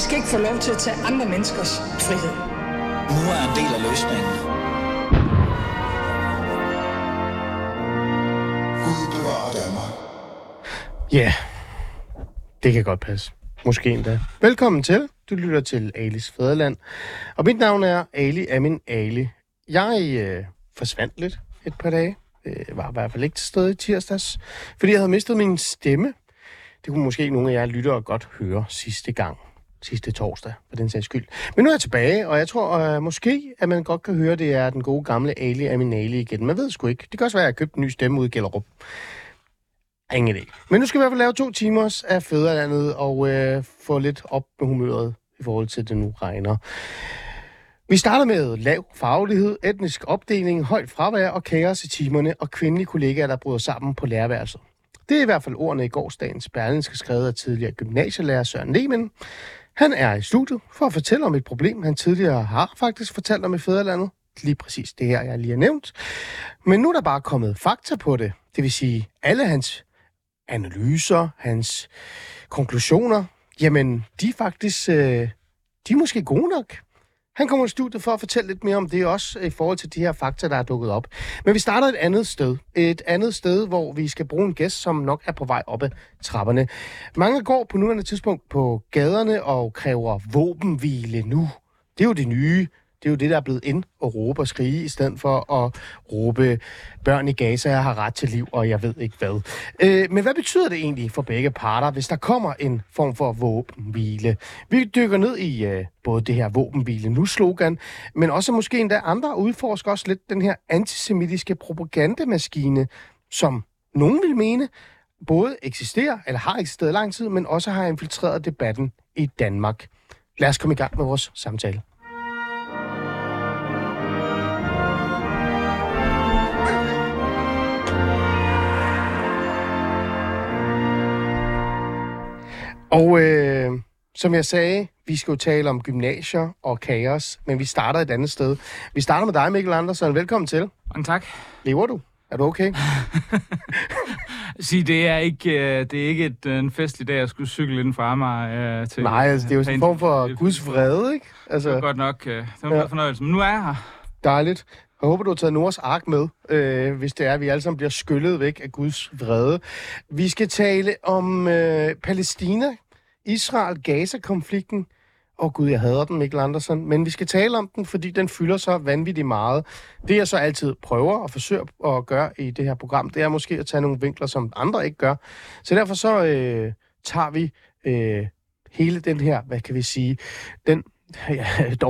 skal ikke få lov til at tage andre menneskers frihed. Nu er en del af løsningen. Gud bevarer Danmark. Ja, det kan godt passe. Måske endda. Velkommen til. Du lytter til Alis Fædreland. Og mit navn er Ali Amin Ali. Jeg forsvandt lidt et par dage. Var i hvert fald ikke til stede i tirsdags, fordi jeg havde mistet min stemme. Det kunne måske nogle af jer lyttere godt høre sidste torsdag, for den sags skyld. Men nu er jeg tilbage, og jeg tror måske, at man godt kan høre, det er den gode gamle Ali Amin Ali igen. Man ved sgu ikke. Det kan også være, at jeg har købt en ny stemme ude i Gellerup. Ingen idé. Men nu skal vi i hvert fald lave 2 timer af Fædrelandet og få lidt op med humøret i forhold til, det nu regner. Vi starter med lav faglighed, etnisk opdeling, højt fravær og kaos i timerne og kvindelige kollegaer, der bryder sammen på lærerværelset. Det er i hvert fald ordene i gårsdagens Berlingske skrevet af tidligere gymnasielærer Søren Lehmann. Han er i studiet for at fortælle om et problem, han tidligere har faktisk fortalt om i Fædrelandet. Lige præcis det her, jeg lige har nævnt. Men nu er der bare kommet fakta på det. Det vil sige, alle hans analyser, hans konklusioner, jamen, de er faktisk, de er måske gode nok. Han kommer i studiet for at fortælle lidt mere om det også i forhold til de her fakta, der er dukket op. Men vi starter et andet sted. Et andet sted, hvor vi skal bruge en gæst, som nok er på vej op ad trapperne. Mange går på nuværende tidspunkt på gaderne og kræver våbenhvile nu. Det er jo det nye. Det er jo det, der er blevet ind og råbe og skrige, i stedet for at råbe, børn i Gaza har ret til liv, og jeg ved ikke hvad. Men hvad betyder det egentlig for begge parter, hvis der kommer en form for våbenhvile? Vi dykker ned i både det her våbenhvile nu-slogan, men også måske endda andre udforsker også lidt den her antisemitiske propagandamaskine, som nogen vil mene både eksisterer, eller har eksisteret lang tid, men også har infiltreret debatten i Danmark. Lad os komme i gang med vores samtale. Og som jeg sagde, vi skal jo tale om gymnasier og kaos, men vi starter et andet sted. Vi starter med dig, Mikkel Andersen. Velkommen til. Mange tak. Lever du? Er du okay? Det er ikke en festlig dag, at skulle cykle inden for Amager til... Nej, altså, det er jo en form for Guds vrede, ikke? Altså, det var godt nok. Det var en fornøjelse, men nu er jeg her. Dejligt. Jeg håber, du har taget Noahs ark med, hvis det er, at vi alle sammen bliver skyllet væk af Guds vrede. Vi skal tale om Palæstina, Israel-Gaza-konflikten. Gud, jeg hader den, Mikkel Andersen. Men vi skal tale om den, fordi den fylder så vanvittigt meget. Det, jeg så altid prøver og forsøger at gøre i det her program, det er måske at tage nogle vinkler, som andre ikke gør. Så derfor så tager vi hele den her, hvad kan vi sige, den... Jeg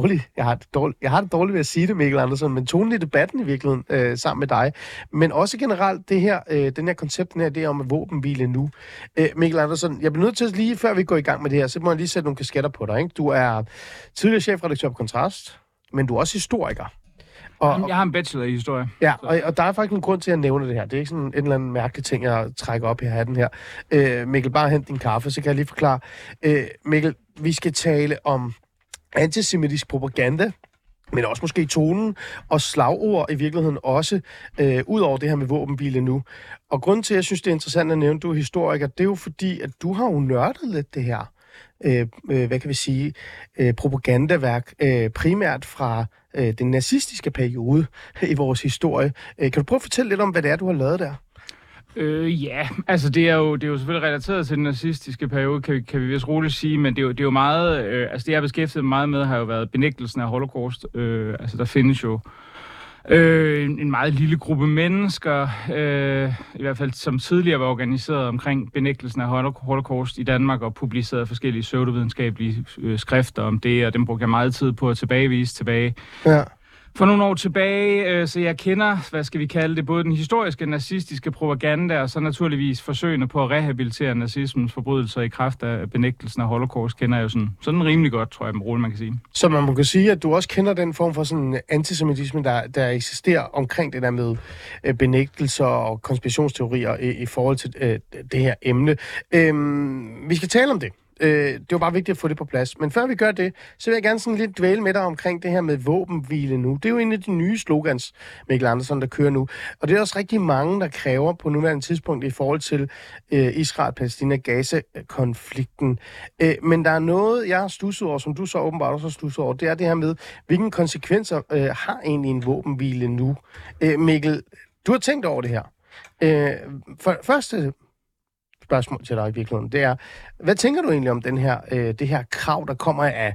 har det dårligt ved at sige det, Mikkel Andersen, men tonen i debatten i virkeligheden sammen med dig. Men også generelt det her, den her koncept, den her idé om at våbenhvile nu. Mikkel Andersen, jeg bliver nødt til lige før vi går i gang med det her, så må jeg lige sætte nogle kasketter på dig. Ikke? Du er tidligere chefredaktør på Kontrast, men du er også historiker. Jeg har en bachelor i historie. Ja, og der er faktisk en grund til at nævne det her. Det er ikke sådan en eller anden mærkelig ting, jeg trækker op i hatten her. Mikkel, bare hent din kaffe, så kan jeg lige forklare. Mikkel, vi skal tale om antisemitisk propaganda, men også måske tonen og slagord i virkeligheden også, ud over det her med våbenhvile nu. Og grunden til, at jeg synes, det er interessant at nævne, du er historiker, det er jo fordi, at du har jo nørdet lidt det her, hvad kan vi sige, propagandaværk, primært fra den nazistiske periode i vores historie. Kan du prøve at fortælle lidt om, hvad det er, du har lavet der? Ja, altså det er jo selvfølgelig relateret til den nazistiske periode, kan vi vist roligt sige, men det er jo meget, altså det jeg har beskæftiget mig meget med, har jo været benægtelsen af Holocaust. Altså der findes jo en meget lille gruppe mennesker, i hvert fald som tidligere var organiseret omkring benægtelsen af Holocaust i Danmark og publiceret forskellige pseudovidenskabelige skrifter om det, og dem brugte jeg meget tid på at tilbagevise. Ja. For nogle år tilbage, så jeg kender, hvad skal vi kalde det, både den historiske nazistiske propaganda, og så naturligvis forsøgene på at rehabilitere nazismens forbrydelser i kraft af benægtelsen af Holocaust, kender jeg jo sådan rimelig godt, tror jeg, med roligt, man kan sige. Så man kan sige, at du også kender den form for sådan antisemitisme, der eksisterer omkring det der med benægtelser og konspirationsteorier i forhold til det her emne. Vi skal tale om det. Det var bare vigtigt at få det på plads. Men før vi gør det, så vil jeg gerne sådan lidt dvæle med dig omkring det her med våbenhvile nu. Det er jo en af de nye slogans, Mikkel Andersen, der kører nu. Og det er også rigtig mange, der kræver på nuværende tidspunkt i forhold til Israel-Palæstina-Gaza-konflikten. Men der er noget, jeg har stusset over, som du så åbenbart også har stusset over. Det er det her med, hvilke konsekvenser har egentlig en våbenhvile nu? Mikkel, du har tænkt over det her. Første spørgsmål til dig i virkeligheden, det er, hvad tænker du egentlig om det her krav, der kommer af,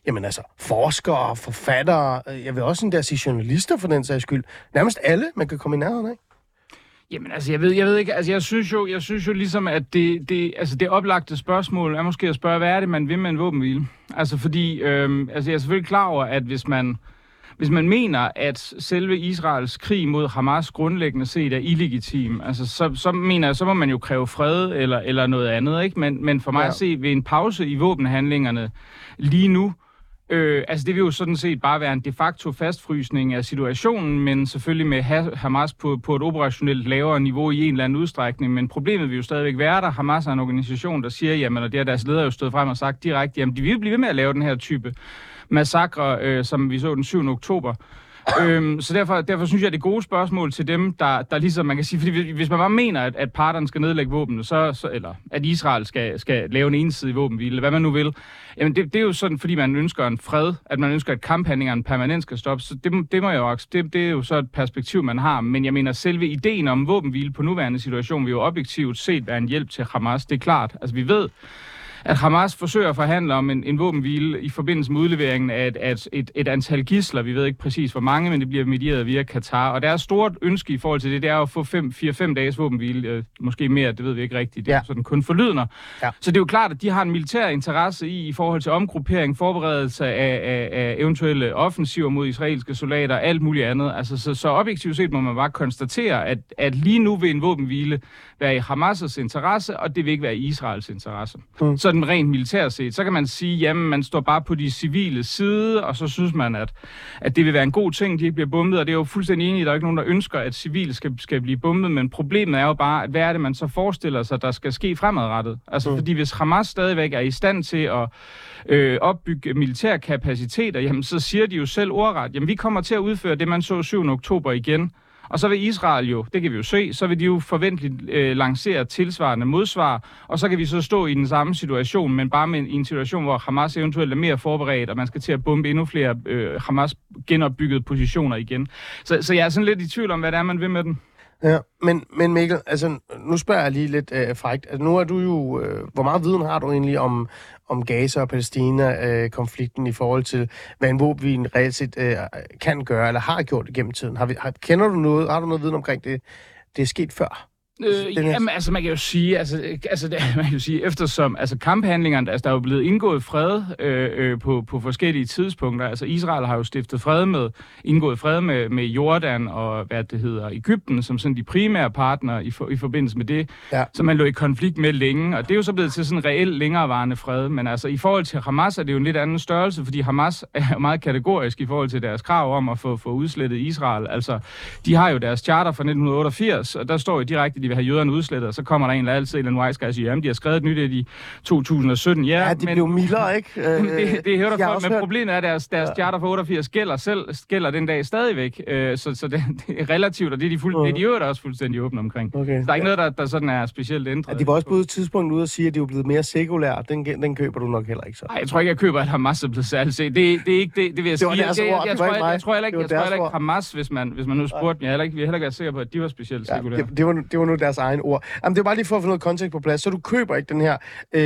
forskere, forfattere, jeg vil også endda sige journalister for den sags skyld, nærmest alle, man kan komme i nærheden af? Jamen, altså, jeg ved ikke, altså, jeg synes jo ligesom, at det oplagte spørgsmål er måske at spørge, hvad er det, man vil med en våbenhvile? Altså, fordi, jeg er selvfølgelig klar over, at hvis man mener, at selve Israels krig mod Hamas grundlæggende set er illegitim, altså så mener jeg, så må man jo kræve fred eller noget andet, ikke? Men for mig at se ved en pause i våbenhandlingerne lige nu, det vil jo sådan set bare være en de facto fastfrysning af situationen, men selvfølgelig med Hamas på et operationelt lavere niveau i en eller anden udstrækning. Men problemet vil jo stadigvæk være der. Hamas er en organisation, der siger, jamen, og det har deres ledere jo stået frem og sagt direkte, jamen, de vil blive ved med at lave den her type massakre, som vi så den 7. oktober. Så derfor synes jeg, det er gode spørgsmål til dem, der ligesom, man kan sige, fordi hvis man bare mener, at parterne skal nedlægge våbnene, eller at Israel skal lave en ensidig våbenhvile, hvad man nu vil, jamen det er jo sådan, fordi man ønsker en fred, at man ønsker, at kamphandlingerne permanent skal stoppe, så det må jo det er jo så et perspektiv, man har, men jeg mener, selve ideen om våbenhvile på nuværende situation vil jo objektivt set være en hjælp til Hamas, det er klart. Altså vi ved, at Hamas forsøger at forhandle om en våbenhvile i forbindelse med udleveringen af et antal gidsler. Vi ved ikke præcis hvor mange, men det bliver medieret via Katar. Og der er stort ønske i forhold til det, det er at få 4-5 dages våbenhvile. Måske mere, det ved vi ikke rigtigt. Det er sådan kun forlydender. Ja. Så det er jo klart, at de har en militær interesse i forhold til omgruppering, forberedelse af eventuelle offensiver mod israelske soldater, alt muligt andet. Altså, så objektivt set må man bare konstatere, at lige nu vil en våbenhvile være i Hamas' interesse, og det vil ikke være i Israels interesse. Sådan rent militært set. Så kan man sige, jamen man står bare på de civile side, og så synes man, at det vil være en god ting, de ikke bliver bombet, og det er jo fuldstændig enig, der er ikke nogen, der ønsker, at civile skal blive bombet, men problemet er jo bare, at hvad er det, man så forestiller sig, der skal ske fremadrettet? Altså fordi hvis Hamas stadigvæk er i stand til at opbygge militære kapaciteter, jamen så siger de jo selv ordret, jamen vi kommer til at udføre det, man så 7. oktober igen. Og så vil Israel jo, det kan vi jo se, så vil de jo forventeligt lancere tilsvarende modsvar, og så kan vi så stå i den samme situation, men bare i en situation, hvor Hamas eventuelt er mere forberedt, og man skal til at bombe endnu flere Hamas genopbyggede positioner igen. Så jeg er sådan lidt i tvivl om, hvad det er, man vil med den. Ja, men Mikkel, altså nu spørger jeg lige lidt frækt. Altså, nu er du jo, hvor meget viden har du egentlig om Gaza og Palæstina-konflikten i forhold til, hvad en våbenhvile reelt set kan gøre, eller har gjort det gennem tiden? Kender du noget, har du noget viden omkring det? Det er sket før? Jamen, altså man kan jo sige, eftersom kamphandlingerne, der er jo blevet indgået fred på forskellige tidspunkter. Altså Israel har jo indgået fred med Jordan og Egypten som sådan de primære partnere i forbindelse med det, som man lå i konflikt med længe. Og det er jo så blevet til sådan en reelt længerevarende fred. Men altså i forhold til Hamas er det jo en lidt anden størrelse, fordi Hamas er meget kategorisk i forhold til deres krav om at få udslettet Israel. Altså de har jo deres charter fra 1988, og der står jo direkte, de vil have jøderne udslettet, og så kommer der en, der altid en wise guy og siger, jamen, de har skrevet et nyt i 2017. Ja, de blev mildere, ikke? Det hævder folk, men problemet er, at deres charter fra 88 gælder den dag stadigvæk. Så det er relativt, og det er de øvrigt også fuldstændig åbne omkring. Okay. Så der er ikke noget, der sådan er specielt ændret. Ja, de var også på et tidspunkt ude og sige, at det er blevet mere sekulært. Den køber du nok heller ikke så. Nej, jeg tror ikke, jeg køber, at Hamas er blevet særligt set. Det er ikke det vil jeg sige. Jeg tror heller ikke Hamas, hvis man nu spurgte mig. Jeg vil heller ikke være sikker på, at de var specielt sekulære. Det var nu deres egen ord. Jamen, det er bare lige for at få noget kontekst på plads. Så du køber ikke den her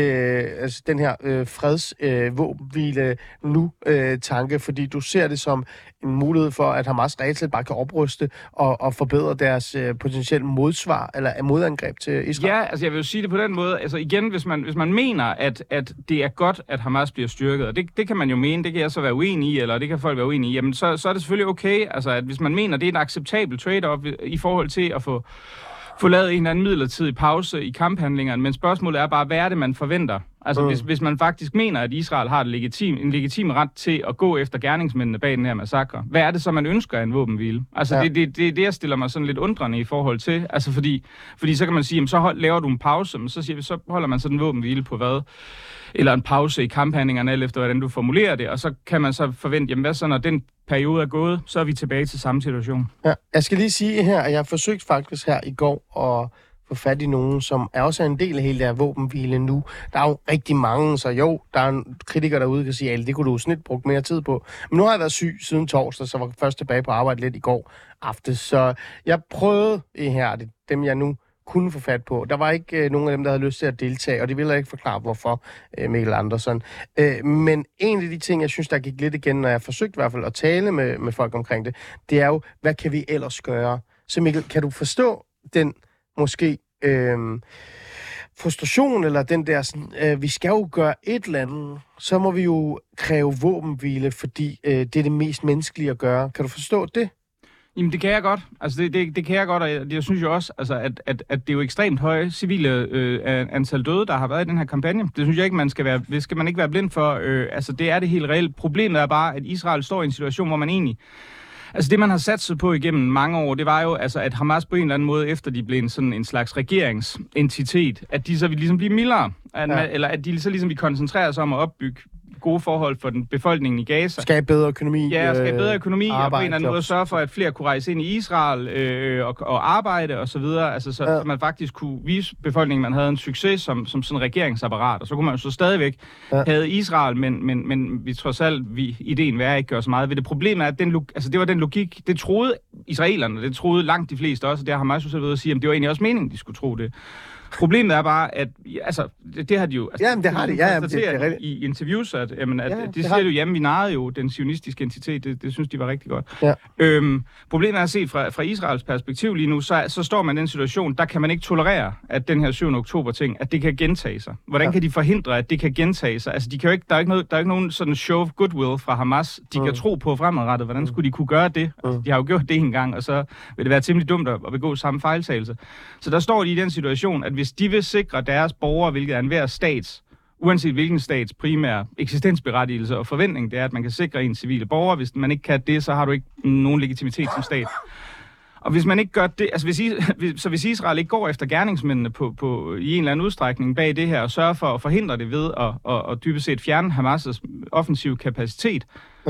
fredsvåbenhvile tanke, fordi du ser det som en mulighed for, at Hamas reelt set bare kan opruste og forbedre deres potentielle modsvar eller modangreb til Israel? Ja, altså jeg vil jo sige det på den måde. Altså igen, hvis man mener, at det er godt, at Hamas bliver styrket, og det kan man jo mene, det kan jeg så være uenig i, eller det kan folk være uenige i, jamen så er det selvfølgelig okay, altså at hvis man mener, det er en acceptabel trade-off i forhold til at få få lavet en eller anden midlertidig pause i kamphandlingerne, men spørgsmålet er bare, hvad er det, man forventer? Altså, hvis man faktisk mener, at Israel har en legitim ret til at gå efter gerningsmændene bag den her massakre, hvad er det så, man ønsker af en våbenhvile? Altså, det er det, jeg stiller mig sådan lidt undrende i forhold til. Altså, fordi så kan man sige, jamen, så laver du en pause, men så siger vi, så holder man sådan en våbenhvile på hvad? Eller en pause i kamphandlingerne, alt efter hvordan du formulerer det, og så kan man så forvente, jamen hvad så, når den periode er gået, så er vi tilbage til samme situation. Ja, jeg skal lige sige her, at jeg har forsøgt faktisk her i går at få fat i nogen, som er også en del af hele der våbenhvile nu. Der er jo rigtig mange, så jo, der er en kritiker derude, der kan sige, at det kunne du snit brugt mere tid på. Men nu har jeg været syg siden torsdag, så var først tilbage på arbejde lidt i går aftes. Så jeg prøvede her, dem jeg nu kunne få fat på. Der var ikke nogen af dem, der havde lyst til at deltage, og det ville jeg ikke forklare, hvorfor, Mikkel Andersen. Men en af de ting, jeg synes, der gik lidt igen, når jeg forsøgte i hvert fald at tale med folk omkring det, det er jo, hvad kan vi ellers gøre? Så Mikkel, kan du forstå den måske frustration, eller den der sådan, vi skal jo gøre et eller andet, så må vi jo kræve våbenhvile, fordi det er det mest menneskelige at gøre. Kan du forstå det? Jamen, det kan jeg godt. Altså, det kan jeg godt, og jeg synes jo også, altså, at det er jo ekstremt høje civile antal døde, der har været i den her kampagne. Det synes jeg ikke, det skal man ikke være blind for. Altså, det er det helt reelt. Problemet er bare, at Israel står i en situation, hvor man egentlig... Altså, det man har satset på igennem mange år, det var jo, altså, at Hamas på en eller anden måde, efter de blev en slags regeringsentitet, at de så vil ligesom blive mildere. Eller at de så ligesom vil koncentrere sig om at opbygge gode forhold for den befolkningen i Gaza. Skabe bedre økonomi. Ja, skabe bedre økonomi, og på en eller anden måde sørge for, at flere kunne rejse ind i Israel og arbejde og så videre. Altså, så man faktisk kunne vise befolkningen, at man havde en succes som sådan regeringsapparat. Og så kunne man jo så stadigvæk have Israel, men vi trods alt, ideen var ikke gøre så meget ved det. Problemet er, at det var den logik, det troede israelerne, det troede langt de fleste også, og det har Hamas jo selv ved at sige, at det var egentlig også meningen, de skulle tro det. Problemet er bare, at altså, det har de jo... Altså, jamen, det har de. Ja, det er rigtigt. I interviews, at de siger jo, jamen, vi narrede jo den zionistiske entitet. Det synes de var rigtig godt. Ja. Problemet er set fra Israels perspektiv lige nu, så står man i den situation, der kan man ikke tolerere, at den her 7. oktober-ting, at det kan gentage sig. Hvordan kan de forhindre, at det kan gentage sig? Altså, de kan jo ikke, der er ikke nogen sådan show of goodwill fra Hamas, de kan tro på fremadrettet. Hvordan skulle de kunne gøre det? Altså, de har jo gjort det en gang, og så vil det være temmelig dumt at begå samme fejltagelse. Så der står de i den situation, at hvis de vil sikre deres borgere, hvilket er enhver stats, uanset hvilken stats primære eksistensberettigelse og forventning, det er, at man kan sikre en civile borger. Hvis man ikke kan det, så har du ikke nogen legitimitet som stat. Og hvis man ikke gør det, altså hvis Israel ikke går efter gerningsmændene i en eller anden udstrækning bag det her, og sørger for at forhindre det ved at dybest set fjerne Hamas' offensive kapacitet,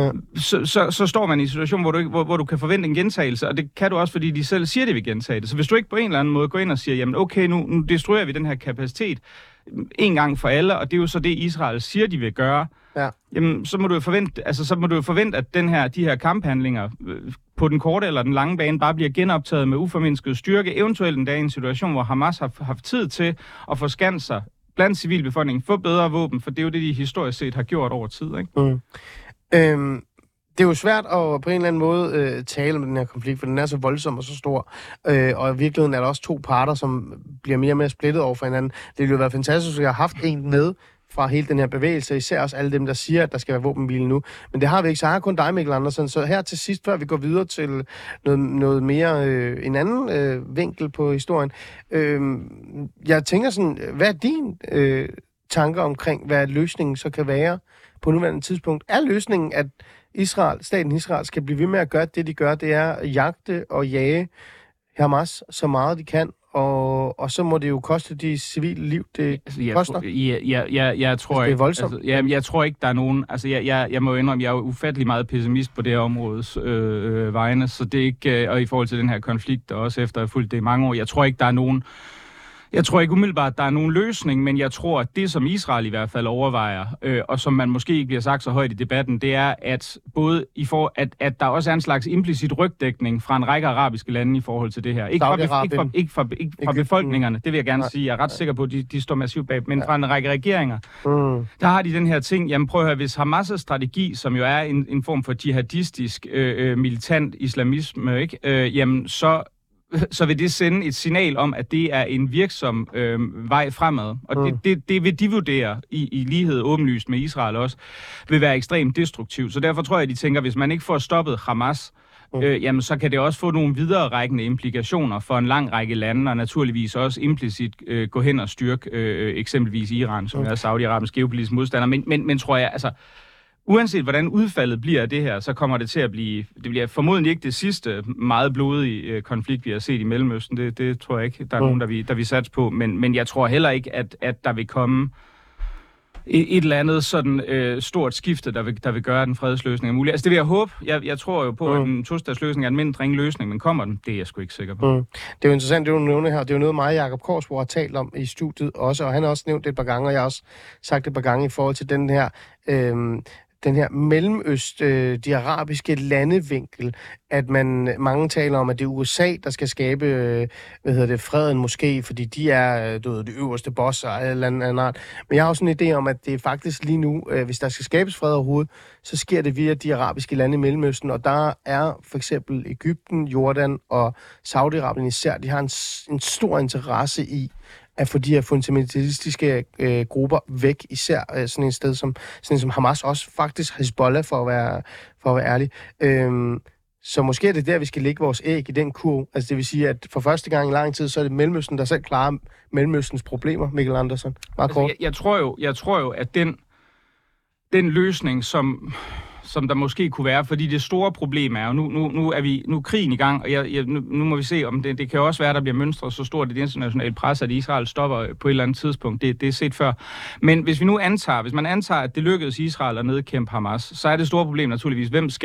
så står man i en situation, hvor du kan forvente en gentagelse, og det kan du også, fordi de selv siger, det vil gentage det. Så hvis du ikke på en eller anden måde går ind og siger, jamen okay, nu destruerer vi den her kapacitet en gang for alle, og det er jo så det, Israel siger, de vil gøre, jamen så må du jo forvente, at de her kamphandlinger på den korte eller den lange bane bare bliver genoptaget med uformindsket styrke, eventuelt en dag i en situation, hvor Hamas har haft tid til at forskanse sig blandt civilbefolkningen, få bedre våben, for det er jo det, de historisk set har gjort over tid, ikke? Det er jo svært at på en eller anden måde tale om den her konflikt, for den er så voldsom og så stor. Og i virkeligheden er der også to parter, som bliver mere og mere splittet over for hinanden. Det ville jo være fantastisk, at jeg har haft en med fra hele den her bevægelse, især også alle dem, der siger, at der skal være våbenhvile nu. Men det har vi ikke, så har kun dig, Mikkel Andersen. Så her til sidst, før vi går videre til noget mere, en anden vinkel på historien. Jeg tænker sådan, hvad er din tanker omkring, hvad løsningen så kan være på nuværende tidspunkt? Er løsningen, at staten Israel skal blive ved med at gøre det, de gør, det er at jagte og jage Hamas så meget de kan, og så må det jo koste de civile liv, det koster. Jeg tror ikke, det er voldsomt. Jeg tror ikke, der er nogen... Altså, jeg må indrømme, jeg er jo ufattelig meget pessimist på det her områdes vegne, så det er ikke... Og i forhold til den her konflikt, og også efter at have fulgt det i mange år, jeg tror ikke, der er nogen... Jeg tror ikke umiddelbart, at der er nogen løsning, men jeg tror, at det, som Israel i hvert fald overvejer, og som man måske ikke bliver sagt så højt i debatten, det er, at at der også er en slags implicit rygdækning fra en række arabiske lande i forhold til det her. Ikke fra befolkningerne, det vil jeg gerne sige. Jeg er ret sikker på, at de står massivt bag, men fra en række regeringer. Der har de den her ting, jamen prøv at høre, hvis Hamas' strategi, som jo er en form for jihadistisk, militant islamisme, ikke, jamen så vil det sende et signal om, at det er en virksom vej fremad. Og det vil de vurdere, i lighed åbenlyst med Israel også, vil være ekstremt destruktivt. Så derfor tror jeg, at de tænker, hvis man ikke får stoppet Hamas, jamen så kan det også få nogle vidererækkende implikationer for en lang række lande, og naturligvis også implicit gå hen og styrke eksempelvis Iran, som er Saudi-Arabiens geopolitiske modstander. Men tror jeg, altså, uanset hvordan udfaldet bliver af det her, så kommer det til at blive, det bliver formodentlig ikke det sidste meget blodige konflikt, vi har set i Mellemøsten. Det tror jeg ikke, der er nogen, der vi satser på. Men jeg tror heller ikke, at der vil komme et eller andet sådan stort skifte, der vil gøre den fredsløsning mulig. Altså det vil jeg håbe. Jeg tror jo på, at en tostatsløsning er en mindre ringe løsning, men kommer den? Det er jeg sgu ikke sikker på. Det er jo interessant, det du nævner her. Det er jo noget, mig og Jacob Korsborg har talt om i studiet også, og han har også nævnt det et par gange, og jeg har også sagt det et par gange i forhold til den her Mellemøst, de arabiske landevinkel, at mange taler om, at det er USA, der skal skabe, freden måske, fordi de er, det øverste boss og eller andet art. Men jeg har også en idé om, at det er faktisk lige nu, hvis der skal skabes fred overhovedet, så sker det via de arabiske lande i Mellemøsten, og der er for eksempel Egypten, Jordan og Saudi-Arabien især, de har en stor interesse i at få de her fundamentalistiske grupper væk, især sådan et sted som Hamas, også faktisk Hezbollah, for at være ærlig. Så måske er det der, vi skal lægge vores æg i den kurv. Altså det vil sige, at for første gang i lang tid, så er det Mellemøsten, der selv klarer Mellemøstens problemer, Mikkel Andersen. Altså, jeg tror jo, at den løsning, som der måske kunne være, fordi det store problem er, og nu er krigen i gang, og nu må vi se, om det kan også være, der bliver mønstret så stort i det internationale pres, at Israel stopper på et eller andet tidspunkt. Det er set før. Men hvis man antager, at det lykkedes Israel at nedkæmpe Hamas, så er det store problem naturligvis,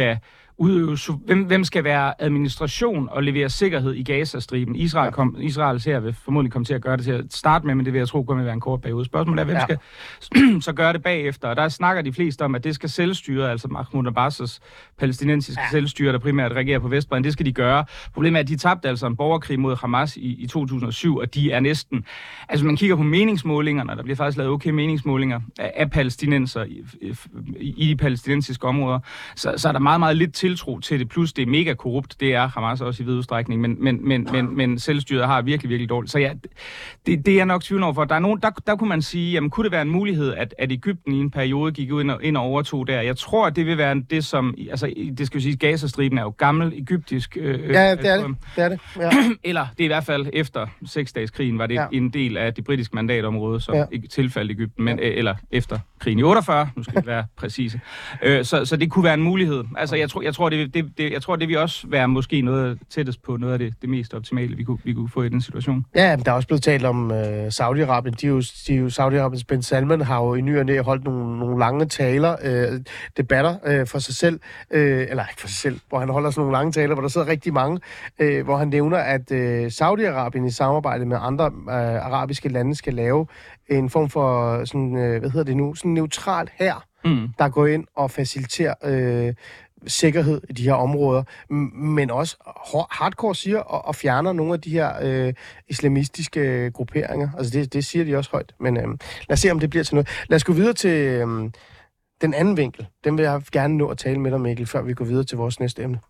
hvem skal være administration og levere sikkerhed i Gazastriben. Israels her vil formodentlig komme til at gøre det til at starte med, men det vil jeg tro kommer til at være en kort periode. Spørgsmålet er, hvem skal så gøre det bagefter? Og der snakker de fleste om, at det skal selvstyre, altså Mahmoud Abbas' palæstinensiske selvstyre, der primært regerer på Vestbredden, det skal de gøre. Problemet er, at de tabte altså en borgerkrig mod Hamas i 2007, og de er næsten... Altså man kigger på meningsmålingerne, og der bliver faktisk lavet okay meningsmålinger af palæstinenser i de palæstinensiske områder, så er der meget, meget lidt tiltro til det, plus det er mega korrupt, det er Hamas også i vid udstrækning, men selvstyret har virkelig, virkelig dårligt. Så ja, det er jeg nok tvivl over for. Der er nogen, der kunne man sige, jamen kunne det være en mulighed, at Egypten i en periode gik ind og overtog der? Jeg tror, at det vil være det, som, altså det skal vi sige, Gazastriben er jo gammel egyptisk... det er det. Ja. Eller det er i hvert fald efter 6-dageskrigen, var det en del af det britiske mandatområde, som ikke tilfaldt Egypten, men, eller efter krigen i 48, nu skal det være præcise. Så det kunne være en mulighed. Altså jeg tror, det vil også være måske noget tættest på noget af det mest optimale, vi kunne få i den situation. Ja, der er også blevet talt om Saudi-Arabien. Saudi-Arabiens Ben Salman har jo i ny og næ holdt nogle lange taler, debatter for sig selv, eller ikke for sig selv, hvor han holder sådan nogle lange taler, hvor der sidder rigtig mange, hvor han nævner, at Saudi-Arabien i samarbejde med andre arabiske lande skal lave en form for sådan, sådan neutral hær, der går ind og faciliterer sikkerhed i de her områder, men også hardcore siger og fjerner nogle af de her islamistiske grupperinger. Altså det siger de også højt, men lad os se, om det bliver til noget. Lad os gå videre til den anden vinkel. Den vil jeg gerne nå at tale med dig, Mikkel, før vi går videre til vores næste emne.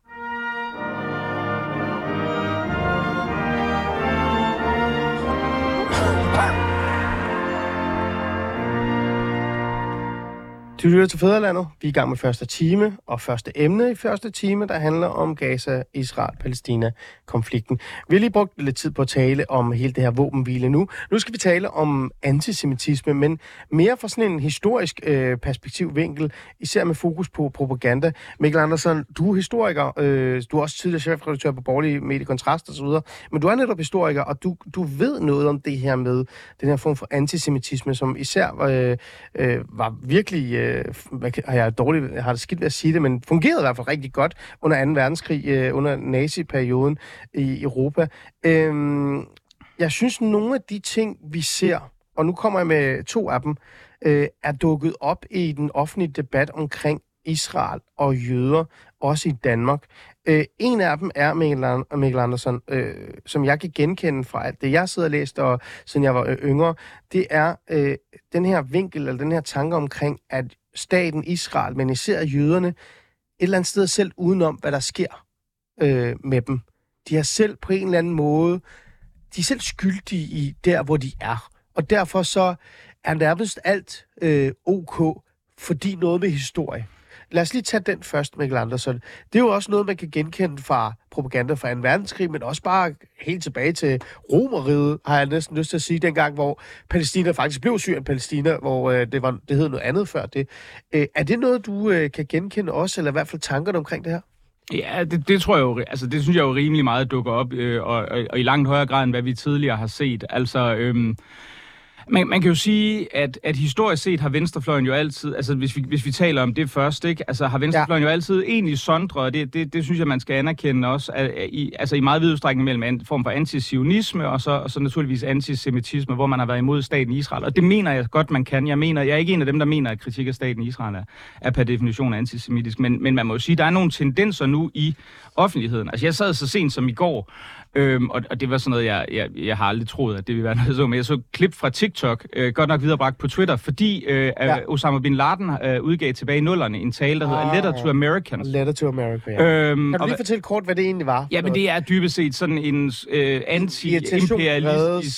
Du lytter til Fædrelandet. Vi er i gang med første time, og første emne i første time, der handler om Gaza, Israel, Palæstina-konflikten. Vi har lige brugt lidt tid på at tale om hele det her våbenhvile nu. Nu skal vi tale om antisemitisme, men mere fra sådan en historisk perspektivvinkel, især med fokus på propaganda. Mikkel Andersen, du er historiker, du er også tidligere chefredaktør på Borgerlige Medie Kontrast og så videre, men du er netop historiker, og du ved noget om det her med den her form for antisemitisme, som især var virkelig... har det skidt ved at sige det, men fungerede i hvert fald rigtig godt under 2. verdenskrig, under nazi-perioden i Europa. Jeg synes, nogle af de ting, vi ser, og nu kommer jeg med 2 af dem, er dukket op i den offentlige debat omkring Israel og jøder, også i Danmark. En af dem er, Mikkel Andersen, som jeg kan genkende fra alt det, jeg sidder og læste, og siden jeg var yngre, det er den her vinkel, eller den her tanke omkring, at staten Israel, men især jøderne, et eller andet sted selv udenom, hvad der sker med dem. De har selv på en eller anden måde, de er selv skyldige i der, hvor de er. Og derfor så er nærmest alt ok, fordi noget ved historie. lad os lige tage den først, Mikkel Andersen. Det er jo også noget, man kan genkende fra propaganda fra 2. verdenskrig, men også bare helt tilbage til Romerriget, har jeg næsten lyst til at sige, dengang, hvor Palæstina faktisk blev Syrien-Palæstina, hvor det hed noget andet før det. Er det noget, du kan genkende også, eller i hvert fald tankerne omkring det her? Ja, det tror jeg jo, altså det synes jeg jo rimelig meget dukker op, og i langt højere grad, end hvad vi tidligere har set. Altså, man kan jo sige, at historisk set har venstrefløjen jo altid, altså hvis vi taler om det først, ikke? Altså har venstrefløjen jo altid egentlig sondret, og det synes jeg, man skal anerkende også, i meget vid udstrækning mellem en form for antisionisme og så naturligvis antisemitisme, hvor man har været imod staten Israel. Og det mener jeg godt, man kan. Jeg er ikke en af dem, der mener, at kritik af staten Israel er per definition antisemitisk, men man må jo sige, at der er nogle tendenser nu i offentligheden. Altså jeg sad så sent som i går, og det var sådan noget, jeg har aldrig troet, at det ville være noget så, men jeg så klip fra TikTok, godt nok viderebragt på Twitter, fordi Osama Bin Laden udgav tilbage i 00'erne en tale, der hedder Letter to Americans. Letter to America, ja. Kan du lige fortælle kort, hvad det egentlig var? Ja, men det er dybest set sådan en anti-imperialistisk...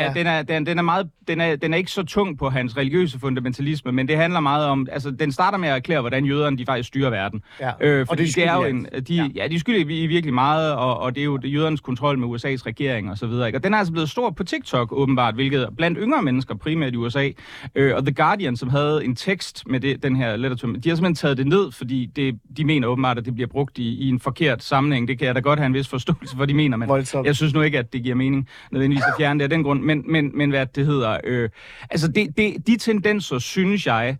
Den er ikke så tung på hans religiøse fundamentalisme, men det handler meget om... Altså, den starter med at erklære, hvordan jøderne de faktisk styrer verden. Ja. Fordi det er jo de skylder i virkelig meget, og det er jo jødernes kontrol med USA's regering og så videre. Ikke? Og den er altså blevet stor på TikTok, åbenbart, hvilket blandt yngre mennesker, primært i USA, og The Guardian, som havde en tekst med den her letter to, de har simpelthen taget det ned, fordi de mener åbenbart, at det bliver brugt i en forkert sammenhæng. Det kan jeg da godt have en vis forståelse for, de mener, men jeg synes nu ikke, at det giver mening nødvendigvis at fjerne det af den grund. Men hvad det hedder... altså, de tendenser, synes jeg,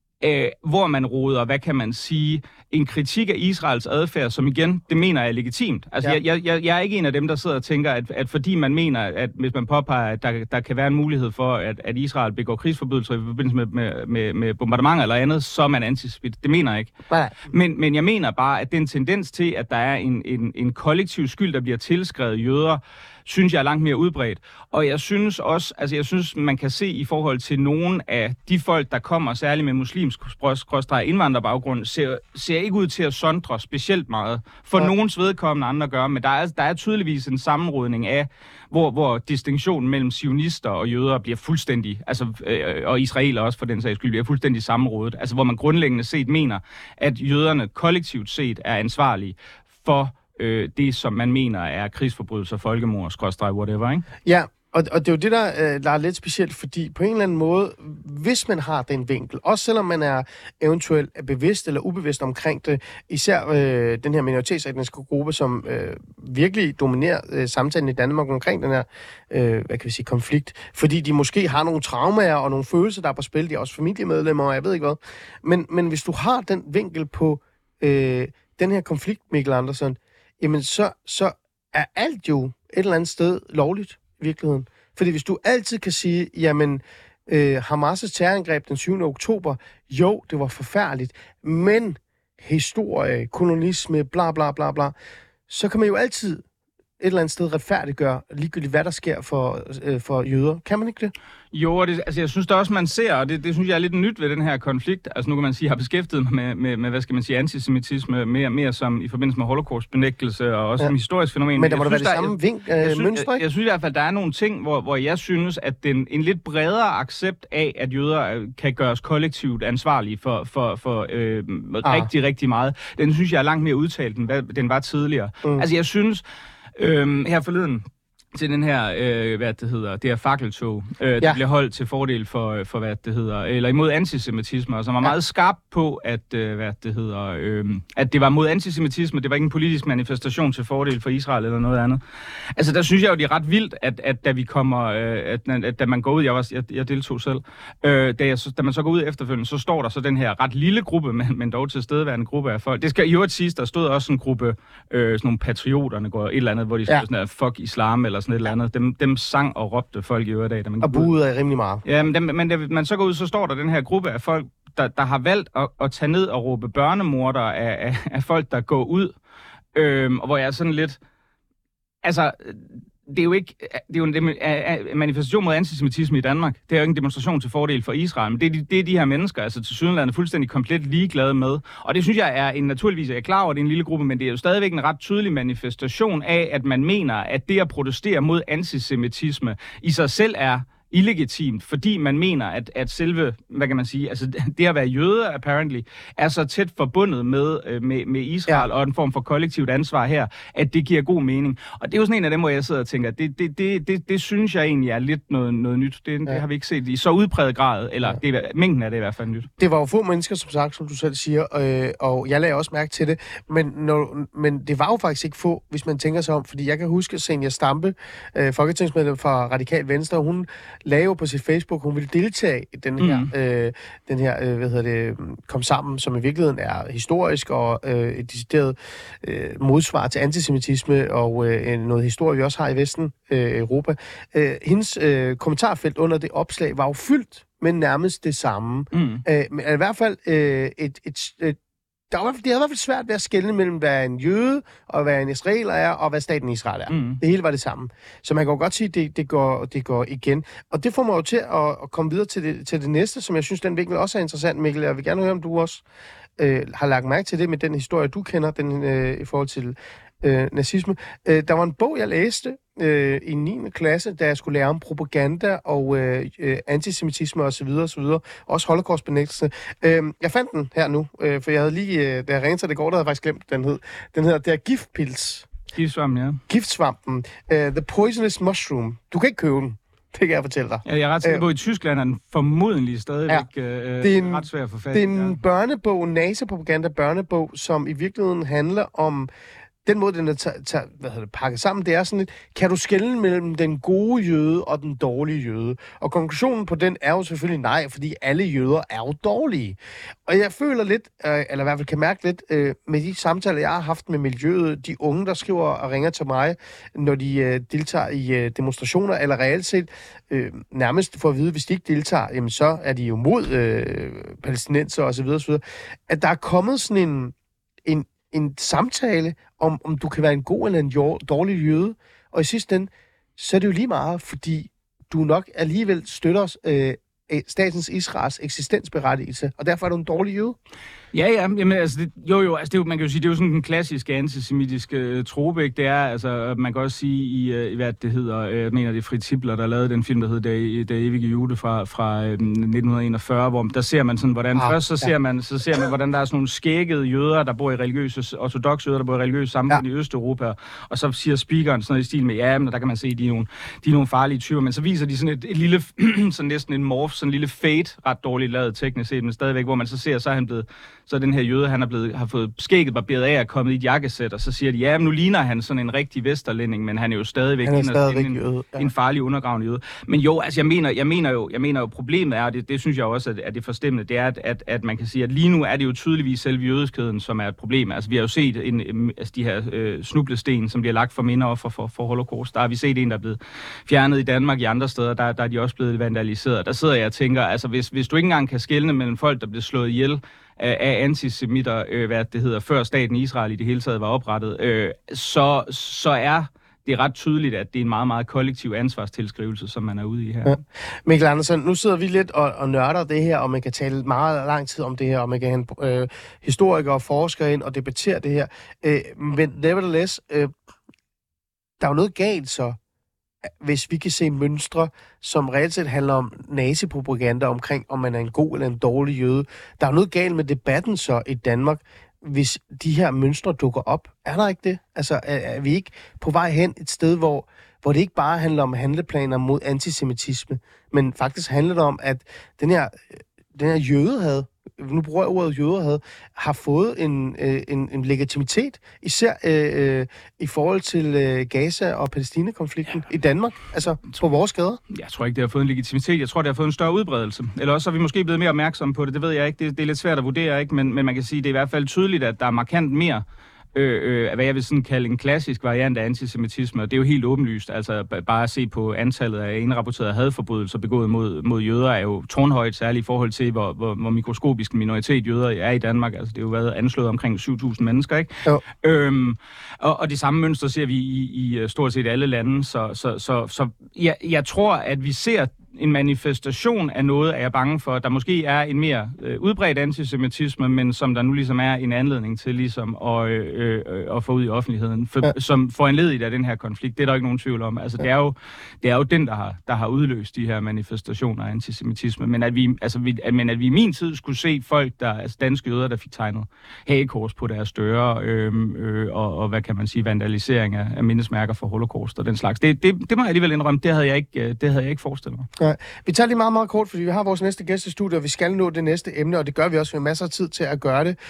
hvor man roder, hvad kan man sige, en kritik af Israels adfærd, som igen, det mener jeg er legitimt. Altså, jeg er ikke en af dem, der sidder og tænker, at fordi man mener, at hvis man påpeger, at der kan være en mulighed for, at Israel begår krigsforbrydelser i forbindelse med bombardementer eller andet, så er man antisemit. Det mener jeg ikke. Men jeg mener bare, at den tendens til, at der er en kollektiv skyld, der bliver tilskrevet jøder, synes jeg er langt mere udbredt. Og jeg synes også, altså man kan se i forhold til nogle af de folk, der kommer særligt med muslimsk indvandrerbaggrund, ser ikke ud til at sondre specielt meget. For nogens vedkommende andre gør, men der er tydeligvis en sammenrodning af, hvor distinktionen mellem sionister og jøder bliver fuldstændig, altså, og israeler også for den sags skyld, bliver fuldstændig sammenrodet. Altså hvor man grundlæggende set mener, at jøderne kollektivt set er ansvarlige for det, som man mener er krigsforbrydelser, folkemord, whatever, ikke? Ja, og det er jo det, der er lidt specielt, fordi på en eller anden måde, hvis man har den vinkel, også selvom man er eventuelt bevidst eller ubevidst omkring det, især den her minoritetsetniske gruppe, som virkelig dominerer samtalen i Danmark omkring den her, hvad kan vi sige, konflikt, fordi de måske har nogle traumer og nogle følelser, der er på spil, de er også familiemedlemmer, og jeg ved ikke hvad. Men hvis du har den vinkel på den her konflikt, Mikkel Andersen, jamen så er alt jo et eller andet sted lovligt i virkeligheden. Fordi hvis du altid kan sige, jamen Hamas' terrorangreb den 7. oktober, jo, det var forfærdeligt, men historie, kolonisme, bla bla bla bla, så kan man jo altid et eller andet sted retfærdiggøre ligegyldigt, hvad der sker for jøder. Kan man ikke det? Jo, jeg synes da også, man ser, og det synes jeg er lidt nyt ved den her konflikt. Altså nu kan man sige, at jeg har beskæftiget mig med hvad skal man sige, antisemitisme, mere som i forbindelse med holocaust-benægtelse og også som historisk fænomen. Men der må da være det samme mønstre, ikke? Jeg synes i hvert fald, der er nogle ting, hvor jeg synes, at en lidt bredere accept af, at jøder kan gøres kollektivt ansvarlige for rigtig, rigtig meget, den synes jeg er langt mere udtalt, end hvad den var tidligere. Altså jeg synes, her forleden til den her, det her fakkeltog, der bliver holdt til fordel for eller imod antisemitisme, og som var meget skarp på, at, at det var mod antisemitisme, det var ikke en politisk manifestation til fordel for Israel eller noget andet. Altså, der synes jeg jo, det er ret vildt, at da vi kommer, at da man går ud, jeg deltog selv, da man så går ud efterfølgende, så står der så den her ret lille gruppe, men dog tilstedeværende gruppe af folk. Det skal i øvrigt siges, der stod også en gruppe, sådan nogle patrioterne går et eller andet, hvor de stod sådan her, fuck islam, eller sådan et eller andet. Dem sang og råbte folk i øvrigt af. Og buede er rimelig meget. Ja, men da man så går ud, så står der den her gruppe af folk, der har valgt at tage ned og råbe børnemorder af folk, der går ud. Og hvor jeg er sådan lidt... Altså, det er jo en manifestation mod antisemitisme i Danmark. Det er jo ikke en demonstration til fordel for Israel, men det er de her mennesker, altså til sydenlandet fuldstændig komplet ligeglade med. Og det synes jeg er naturligvis, jeg er klar over, det er en lille gruppe, men det er jo stadigvæk en ret tydelig manifestation af, at man mener, at det at protestere mod antisemitisme i sig selv er illegitimt, fordi man mener, at selve, hvad kan man sige, altså det at være jøde, apparently, er så tæt forbundet med Israel og en form for kollektivt ansvar her, at det giver god mening. Og det er jo sådan en af dem, hvor jeg sidder og tænker, det synes jeg egentlig er lidt noget nyt. Det har vi ikke set i så udpræget grad, eller mængden af det er i hvert fald nyt. Det var jo få mennesker, som sagt, som du selv siger, og jeg lagde også mærke til det, men det var jo faktisk ikke få, hvis man tænker sig om, fordi jeg kan huske Zenia Stampe, folketingsmedlem fra Radikal Venstre, hun lagde jo på sit Facebook, hun ville deltage i den her, kom sammen, som i virkeligheden er historisk og et decideret modsvar til antisemitisme og noget historie, vi også har i Vesten, Europa. Hendes kommentarfelt under det opslag var jo fyldt med nærmest det samme. Men i hvert fald det havde i hvert fald svært ved at skelne mellem, hvad en jøde og hvad en israeler er, og hvad staten Israel er. Det hele var det samme. Så man kan jo godt sige, at det går igen. Og det får mig jo til at komme videre til det næste, som jeg synes, den vinkel også er interessant, Mikkel. Jeg vil gerne høre, om du også har lagt mærke til det med den historie, du kender, den i forhold til nazisme. Der var en bog, jeg læste i 9. klasse, da jeg skulle lære om propaganda og antisemitisme osv. Også holocaustbenægtelse. Jeg fandt den her nu, for jeg havde lige, da jeg ringede til det går, der havde jeg faktisk glemt, den hedder der Giftpils. Giftsvampen, ja. Giftsvampen. The Poisonous Mushroom. Du kan ikke købe den. Det kan jeg fortælle dig. Ja, jeg er ret sikker på, at i Tyskland er den formodentlig stadigvæk ret svær at få fat i. Det er en børnebog, en nazipropaganda-børnebog, som i virkeligheden handler om den måde, den er pakket sammen. Det er sådan lidt, kan du skelne mellem den gode jøde og den dårlige jøde? Og konklusionen på den er jo selvfølgelig nej, fordi alle jøder er jo dårlige. Og jeg føler lidt, eller i hvert fald kan mærke lidt, med de samtaler, jeg har haft med miljøet, de unge, der skriver og ringer til mig, når de deltager i demonstrationer, eller reelt set nærmest for at vide, hvis de ikke deltager, jamen så er de jo mod palæstinenser osv., at der er kommet sådan en samtale om du kan være en god eller en dårlig jøde. Og i sidste ende, så er det jo lige meget, fordi du nok alligevel støtter statens Israels eksistensberettigelse, og derfor er du en dårlig jøde. Ja, jamen, altså, man kan jo sige, det er jo sådan den klassiske antisemitiske trope, ikke? Det er, altså, man kan også sige i hvad det hedder, jeg mener, det er Fritz Hippler, der lavede den film, der hedder Der evige jude fra 1941, hvor der ser man sådan, hvordan først så ser man, hvordan der er sådan nogle skæggede jøder, der bor i religiøse, ortodoxe jøder, der bor i religiøse samfund i Østeuropa, og så siger speakeren sådan noget i stil med, ja, men der kan man se, de er nogle farlige typer, men så viser de sådan et lille, sådan næsten en morph, sådan en lille fade, ret dårligt lavet teknisk set, men stadigvæk, hvor man så ser, så er han blevet, så den her jøde, har fået skægget barberet af og kommet i et jakkesæt, og så siger de, ja, men nu ligner han sådan en rigtig vesterlænding, men han er jo stadigvæk en farlig undergravende jøde. Men jo, altså jeg mener jo problemet er, og det synes jeg også, at det forstemmende, det er, at man kan sige, at lige nu er det jo tydeligvis selve jødeskæden, som er et problem. Altså vi har jo set de her snublesten, som bliver lagt for mindeoffer for holocaust. Der har vi set en, der er blevet fjernet i Danmark, i andre steder, der er de også blevet vandaliseret. Der sidder jeg og tænker, altså hvis du ikke engang kan skelne mellem folk, der bliver slået ihjel af antisemitter, hvad det hedder, før staten Israel i det hele taget var oprettet, så er det ret tydeligt, at det er en meget, meget kollektiv ansvarstilskrivelse, som man er ude i her. Ja. Mikkel Andersen, nu sidder vi lidt og nørder det her, og man kan tale meget lang tid om det her, og man kan have historikere og forskere ind og debattere det her. Men nevertheless, der er jo noget galt så, hvis vi kan se mønstre, som reelt set handler om nazipropaganda omkring, om man er en god eller en dårlig jøde. Der er noget galt med debatten så i Danmark, hvis de her mønstre dukker op. Er der ikke det? Altså, er vi ikke på vej hen et sted, hvor det ikke bare handler om handleplaner mod antisemitisme, men faktisk handler det om, at den her jødehad, nu bruger jeg ordet jødehad, har fået en legitimitet, især i forhold til Gaza- og Palæstina-konflikten i Danmark, altså på vores gader. Jeg tror ikke, det har fået en legitimitet. Jeg tror, det har fået en større udbredelse. Eller også er vi måske blevet mere opmærksomme på det. Det ved jeg ikke. Det er lidt svært at vurdere, ikke? Men man kan sige, det er i hvert fald tydeligt, at der er markant mere hvad jeg vil sådan kalde en klassisk variant af antisemitisme, og det er jo helt åbenlyst. Altså bare at se på antallet af indrapporterede hadforbrydelser begået mod jøder er jo tårnhøjt, særligt i forhold til, hvor mikroskopisk en minoritet jøder er i Danmark. Altså det er jo været anslået omkring 7.000 mennesker, ikke? Og det samme mønster ser vi i stort set alle lande, så jeg tror, at vi ser en manifestation af noget, er jeg bange for. Der måske er en mere udbredt antisemitisme, men som der nu ligesom er en anledning til ligesom at få ud i offentligheden, som foranlediget af den her konflikt. Det er der ikke nogen tvivl om. Altså, det er jo den, der har udløst de her manifestationer af antisemitisme. Men at vi i min tid skulle se folk, altså danske jøder, der fik tegnet hagekors på deres døre, og hvad kan man sige, vandalisering af mindesmærker for holocaust og den slags. Det må jeg alligevel indrømme, det havde jeg ikke forestillet mig. Nej. Vi tager lige meget, meget kort, fordi vi har vores næste gæst i studiet, og vi skal nå det næste emne, og det gør vi også med masser af tid til at gøre det.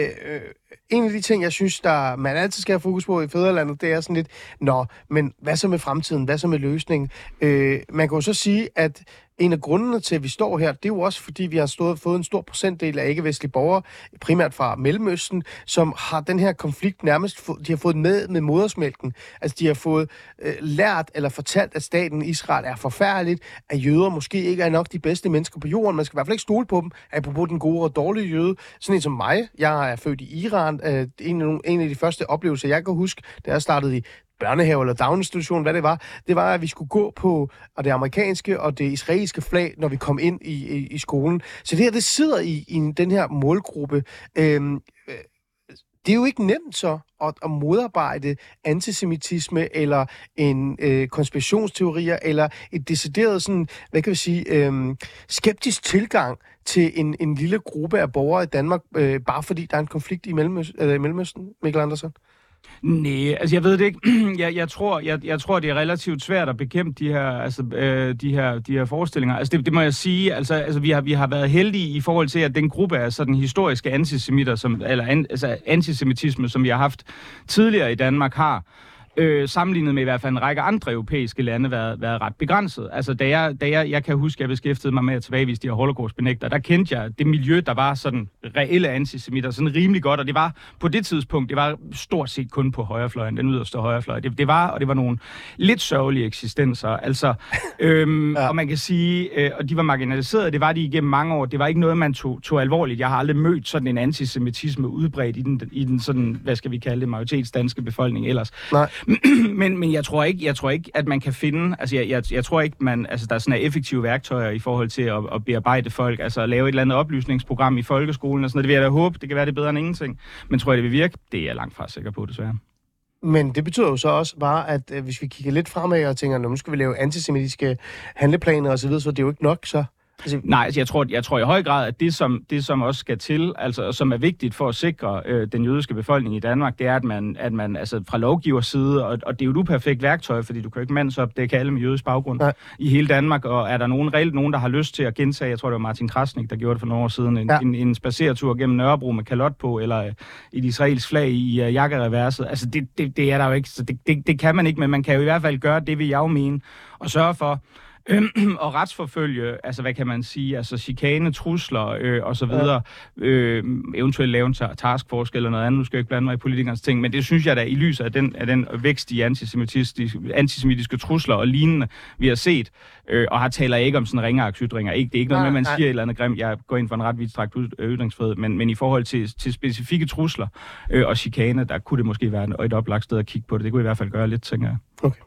En af de ting, jeg synes, man altid skal have fokus på i fædrelandet, det er sådan lidt, men hvad så med fremtiden? Hvad så med løsningen? Man kan jo så sige, at en af grundene til, at vi står her, det er jo også, fordi vi har fået en stor procentdel af ikke-vestlige borgere, primært fra Mellemøsten, som har den her konflikt nærmest, de har fået med modersmælken. Altså, de har fået lært eller fortalt, at staten Israel er forfærdeligt, at jøder måske ikke er nok de bedste mennesker på jorden. Man skal i hvert fald ikke stole på dem, apropos den gode og dårlige jøde. Sådan en som mig, jeg er født i Iran. En af de første oplevelser, jeg kan huske, da jeg startede i børnehave eller daginstitution, hvad det var, at vi skulle gå på det amerikanske og det israelske flag, når vi kom ind i skolen. Så det her, det sidder i den her målgruppe. Det er jo ikke nemt så at modarbejde antisemitisme eller en konspirationsteorier eller et decideret sådan, hvad kan vi sige, skeptisk tilgang til en lille gruppe af borgere i Danmark, bare fordi der er en konflikt i Mellemøsten, Mikkel Andersen? Nej, altså jeg ved det ikke. Jeg tror, det er relativt svært at bekæmpe de her forestillinger. Altså det må jeg sige. Altså vi har været heldige i forhold til, at den gruppe af sådan historiske antisemitter, antisemitisme, som vi har haft tidligere i Danmark, har sammenlignet med i hvert fald en række andre europæiske lande været ret begrænset. Altså da jeg kan huske, at jeg beskæftigede mig med at tilbagevise de her holocaust-benægtere, der kendte jeg det miljø, der var sådan reelle antisemitter, sådan rimelig godt, og det var på det tidspunkt, det var stort set kun på højrefløjen, den yderste højrefløj. Det var nogle lidt sørgelige eksistenser, altså, og man kan sige, og de var marginaliseret, det var de igennem mange år, det var ikke noget, man tog alvorligt. Jeg har aldrig mødt sådan en antisemitisme udbredt i den sådan, hvad skal vi kalde det, majoritetsdanske befolkning ellers. Nej. Men jeg tror ikke, at man kan finde, altså jeg tror ikke, der er sådan effektive værktøjer i forhold til at bearbejde folk, altså at lave et eller andet oplysningsprogram i folkeskolen og sådan noget. Det vil jeg da håbe, det kan være det bedre end ingenting. Men tror jeg, det vil virke? Det er jeg langt fra sikker på, desværre. Men det betyder jo så også bare, at hvis vi kigger lidt fremad og tænker, nu skal vi lave antisemitiske handleplaner osv., så det er jo ikke nok så. Nej, altså jeg tror i høj grad, at det som også skal til, altså som er vigtigt for at sikre den jødiske befolkning i Danmark, det er, at man altså fra lovgivers side, og det er jo et uperfekt værktøj, fordi du kan jo ikke mandsopdække alle med jødisk baggrund i hele Danmark, og er der nogen, der har lyst til at gentage, jeg tror det var Martin Krasnik, der gjorde det for nogle år siden, en spacertur gennem Nørrebro med kalot på, eller et israelsk flag i jakkereverset, altså det er der jo ikke, så det kan man ikke, men man kan jo i hvert fald gøre, det vil jeg jo mene, og sørge for, og retsforfølge, altså hvad kan man sige, altså chikane, trusler og så videre, eventuelt lave en taskforce eller noget andet, nu skal jeg ikke blande mig i politikernes ting, men det synes jeg da i lyset af den vækst i antisemitiske trusler og lignende, vi har set, og har taler ikke om sådan ringeagtsytringer, det er ikke noget med, man siger et eller andet grimt, jeg går ind for en ret vidtstrakt ytringsfrihed, men i forhold til specifikke trusler og chikane, der kunne det måske være et oplagt sted at kigge på det, det kunne i hvert fald gøre lidt, tænker jeg. Okay.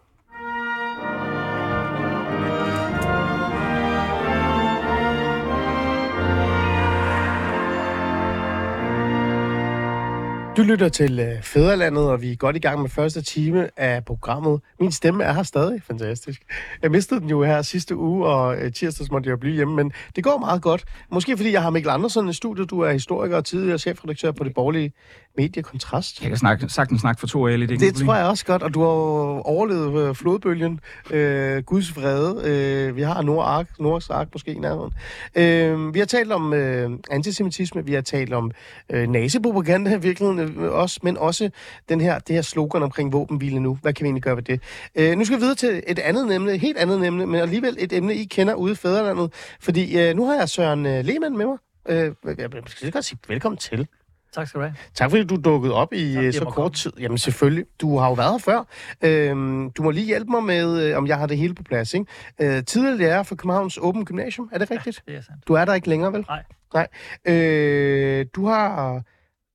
Du lytter til Fædrelandet, og vi er godt i gang med første time af programmet. Min stemme er her stadig. Fantastisk. Jeg mistede den jo her sidste uge, og tirsdags måtte jeg blive hjemme, men det går meget godt. Måske fordi jeg har Mikkel Andersen i studiet. Du er historiker og tidligere chefredaktør på det borgerlige medie Kontrast. Jeg kan sagtens snakke for 2 Ali. Det tror jeg også godt, og du har overlevet flodbølgen. Guds vrede. Vi har Noahs ark måske i nærheden. Vi har talt om antisemitisme, vi har talt om nazipropaganda virkelig også, men også det her slogan omkring våbenhvile nu. Hvad kan vi egentlig gøre ved det? Nu skal vi videre til et helt andet emne, men alligevel et emne, I kender ude i Fædrelandet. Fordi nu har jeg Søren Lehmann med mig. Jeg skal godt sige velkommen til. Tak skal du have. Tak fordi du dukkede op i så kort tid. Jamen selvfølgelig. Du har jo været her før. Du må lige hjælpe mig med, om jeg har det hele på plads, ikke? Tidligere lærer for Københavns Åben Gymnasium. Er det rigtigt? Ja, det er sandt. Du er der ikke længere, vel? Nej. Du har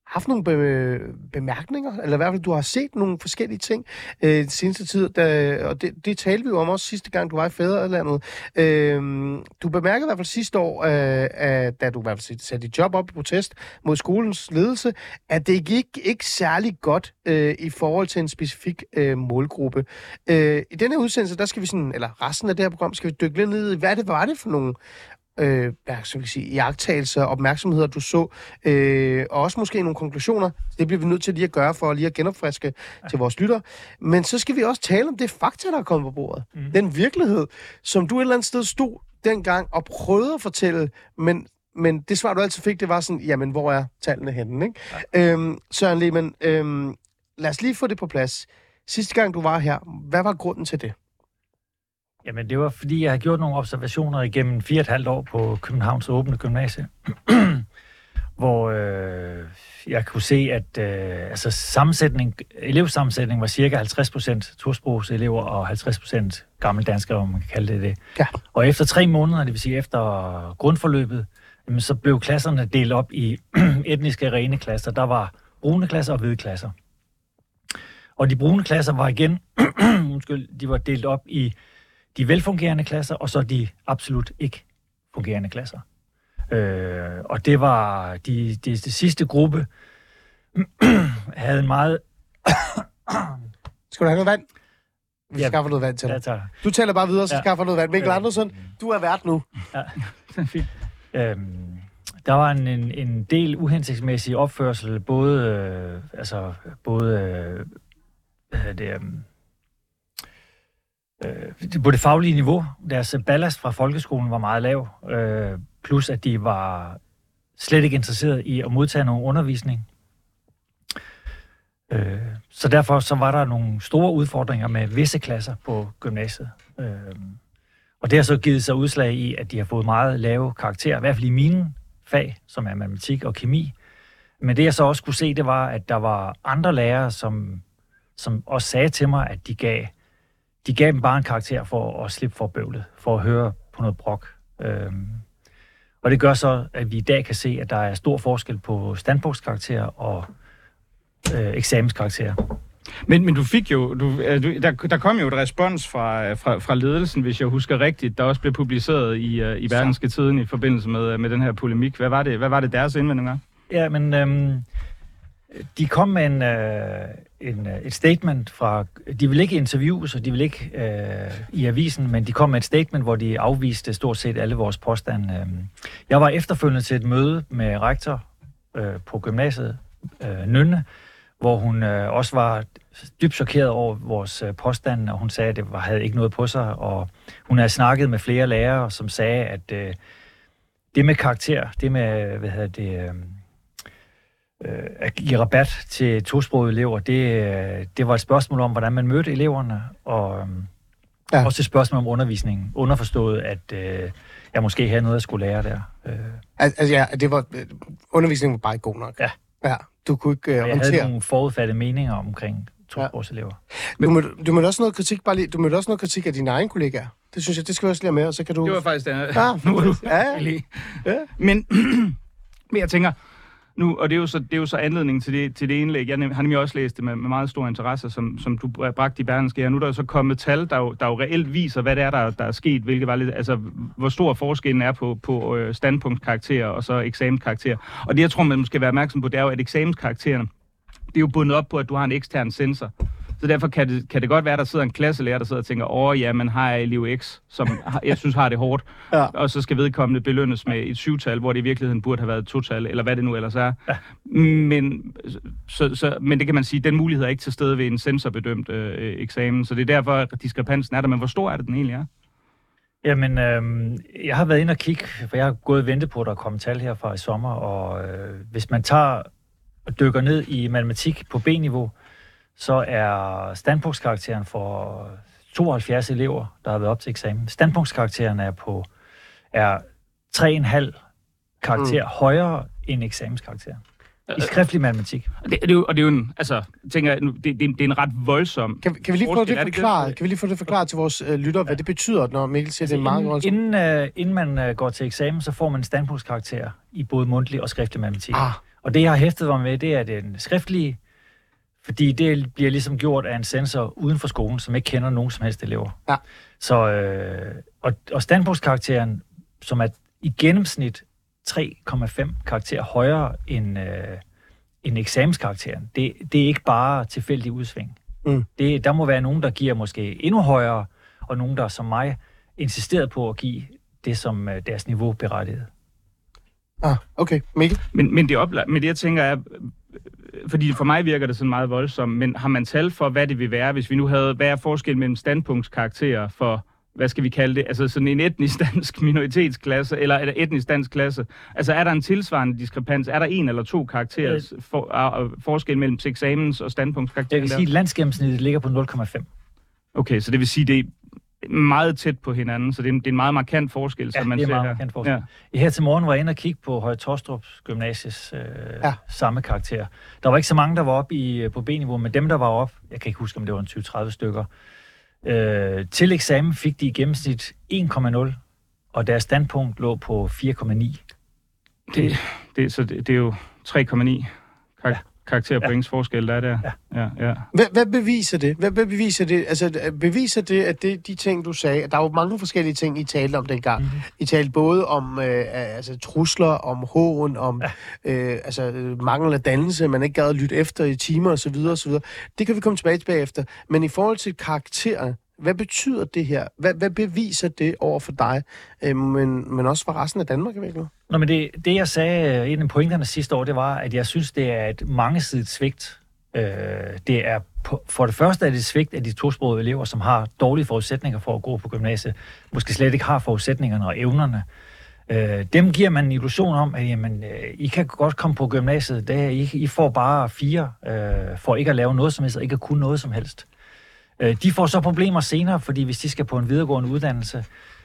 haft nogle bemærkninger, eller i hvert fald, du har set nogle forskellige ting den seneste tid, og det talte vi jo om også sidste gang, du var i Fædrelandet. Du bemærkede i hvert fald sidste år, da du i hvert fald satte dit job op i protest mod skolens ledelse, at det gik ikke særlig godt i forhold til en specifik målgruppe. I denne her udsendelse, der skal vi sådan, eller resten af det her program, skal vi dykke lidt ned i, hvad det var for nogle iagttagelser og opmærksomheder, du så, og også måske nogle konklusioner. Det bliver vi nødt til lige at gøre, for lige at genopfriske til vores lytter. Men så skal vi også tale om det fakta, der er kommet på bordet. Den virkelighed, som du et eller andet sted stod dengang og prøvede at fortælle, men det svar, du altid fik, det var sådan, jamen, hvor er tallene henne, ikke? Ja. Søren Lehmann, lad os lige få det på plads. Sidste gang, du var her, hvad var grunden til det? Jamen, det var, fordi jeg har gjort nogle observationer igennem 4,5 år på Københavns Åbne Gymnasie, hvor jeg kunne se, at elevsammensætning var cirka 50% tosprogselever og 50% gammeldanskere, om man kan kalde det. Ja. Og efter 3 måneder, det vil sige efter grundforløbet, så blev klasserne delt op i etniske rene klasser. Der var brune klasser og hvide klasser. Og de brune klasser var igen, de var delt op i de velfungerende klasser, og så de absolut ikke fungerende klasser. Og det var de sidste gruppe, havde en meget... Skal du have noget vand? Vi skaffer noget vand til dig. Du taler bare videre, så skaffer noget vand. Mikkel Andersen, du er vært nu. Ja, fint. Der var en del uhensigtsmæssig opførsel, både på det faglige niveau. Deres ballast fra folkeskolen var meget lav, plus at de var slet ikke interesseret i at modtage nogen undervisning. Så derfor så var der nogle store udfordringer med visse klasser på gymnasiet. Og det har så givet sig udslag i, at de har fået meget lave karakterer, i hvert fald i mine fag, som er matematik og kemi. Men det jeg så også kunne se, det var, at der var andre lærere, som også sagde til mig, at de gav dem bare en karakter for at slippe for bøvlet, for at høre på noget brok. Og det gør så, at vi i dag kan se, at der er stor forskel på standpunktskarakterer og eksamenskarakterer. Men du fik jo, der kom jo et respons fra ledelsen, hvis jeg husker rigtigt, der også blev publiceret i Berlingske Tidende i forbindelse med den her polemik. Hvad var det deres indvendinger? Ja, men de kom med et statement fra... De ville ikke interviews, og de ville ikke i avisen, men de kom med et statement, hvor de afviste stort set alle vores påstande. Jeg var efterfølgende til et møde med rektor på gymnasiet, Nynne, hvor hun også var dybt chokeret over vores påstande, og hun sagde, at det havde ikke noget på sig, og hun havde snakket med flere lærere, som sagde, at det med karakter, det med, at give rabat til tosprogede elever, det var et spørgsmål om, hvordan man mødte eleverne, og også et spørgsmål om undervisningen. Underforstået, at jeg måske havde noget, jeg skulle lære der. Det var... Undervisningen var bare ikke god nok. Ja. Du kunne ikke håndtere... Jeg havde nogle forudfattede meninger omkring tosprogselever. Du mødte også noget kritik, du mødte også noget kritik af dine egne kollegaer. Det synes jeg, det skal vi også lære med, og så kan du... Det var faktisk det. Nu var du... Ja. Men jeg tænker... Nu, og det er jo så anledningen til det indlæg. Jeg har nemlig også læst det med meget stor interesse, som du bragte i Berlingske. Og nu er der jo så kommet tal, der jo reelt viser, hvad det er, der er sket, hvilket var lidt, altså, hvor stor forskellen er på standpunktskarakterer og så eksamenskarakterer. Og det, jeg tror, man skal være opmærksom på, det er jo, at eksamenskaraktererne, det er jo bundet op på, at du har en ekstern sensor. Så derfor kan det godt være, at der sidder en klasselærer, der sidder og tænker, man har elev X, som jeg synes har det hårdt, og så skal vedkommende belønnes med et 7-tal, hvor det i virkeligheden burde have været et 2-tal, eller hvad det nu ellers er. Ja. Men det kan man sige, den mulighed er ikke til stede ved en sensorbedømt eksamen, så det er derfor, at diskrepansen er der. Men hvor stor er det den egentlig er? Jamen, jeg har været inde og kigge, for jeg har gået og ventet på, at der kommer tal her fra i sommer, og hvis man tager og dykker ned i matematik på B-niveau, så er standpunktskarakteren for 72 elever, der har været op til eksamen. Standpunktskarakteren er 3,5 karakter højere end eksamenskarakteren. I skriftlig matematik. Det er jo en, altså, tænker jeg, det er en ret voldsom... Kan vi lige få det forklaret? Kan vi lige få det forklaret til vores lyttere, hvad det betyder, når Mikkel siger, det er meget voldsomt? Inden man går til eksamen, så får man standpunktskarakter i både mundtlig og skriftlig matematik. Og Og det, jeg har hæftet mig med, det er den skriftlige, fordi det bliver ligesom gjort af en sensor uden for skolen, som ikke kender nogen som helst elever. Ja. Så, og standpunktskarakteren, som er i gennemsnit 3,5 karakterer højere end eksamenskarakteren, det er ikke bare tilfældig udsving. Der må være nogen, der giver måske endnu højere, og nogen, der som mig insisteret på at give det, som deres niveau berettigede. Okay. Mikkel? Men det jeg tænker er, fordi for mig virker det sådan meget voldsomt, men har man tal for, hvad det vil være, hvis vi nu havde, hvad er forskel mellem standpunktskarakterer for, hvad skal vi kalde det, altså sådan en etnisk dansk minoritetsklasse, eller etnisk dansk klasse? Altså er der en tilsvarende diskrepans? Er der en eller to karakterer forskel mellem eksamens- og standpunktskarakterer? Jeg vil sige, at landsgennemsnittet ligger på 0,5. Okay, så det vil sige, det er meget tæt på hinanden, så det er en meget markant forskel, som man ser her. Ja, det er meget markant forskel. Ja. Her til morgen var jeg inde og kigge på Høje Taastrup Gymnasies samme karakter. Der var ikke så mange, der var oppe på B-niveau, men dem, der var oppe, jeg kan ikke huske, om det var 20-30 stykker, til eksamen fik de i gennemsnit 1,0, og deres standpunkt lå på 4,9. Det er jo 3,9 karakterpoints forskel, der er der. Ja. Hvad beviser det? Hvad beviser det? Altså, beviser det, at de ting, du sagde, at der er jo mange forskellige ting, I talte om dengang. I talte både om trusler, om hån, om mangel af dannelse, man ikke gad at lytte efter i timer osv. osv. Det kan vi komme tilbage til bagefter. Men i forhold til karakterer, hvad betyder det her? Hvad beviser det over for dig, men også for resten af Danmark i virkeligheden? Nå, men det jeg sagde, en af pointerne sidste år, det var, at jeg synes, det er et mangesidigt svigt. Det er for det første er det svigt af de tosprogede elever, som har dårlige forudsætninger for at gå på gymnasiet, måske slet ikke har forudsætningerne og evnerne. Dem giver man en illusion om, at jamen, I kan godt komme på gymnasiet, I får bare 4 for ikke at lave noget som helst, og ikke at kunne noget som helst. De får så problemer senere, fordi hvis de skal på en videregående uddannelse,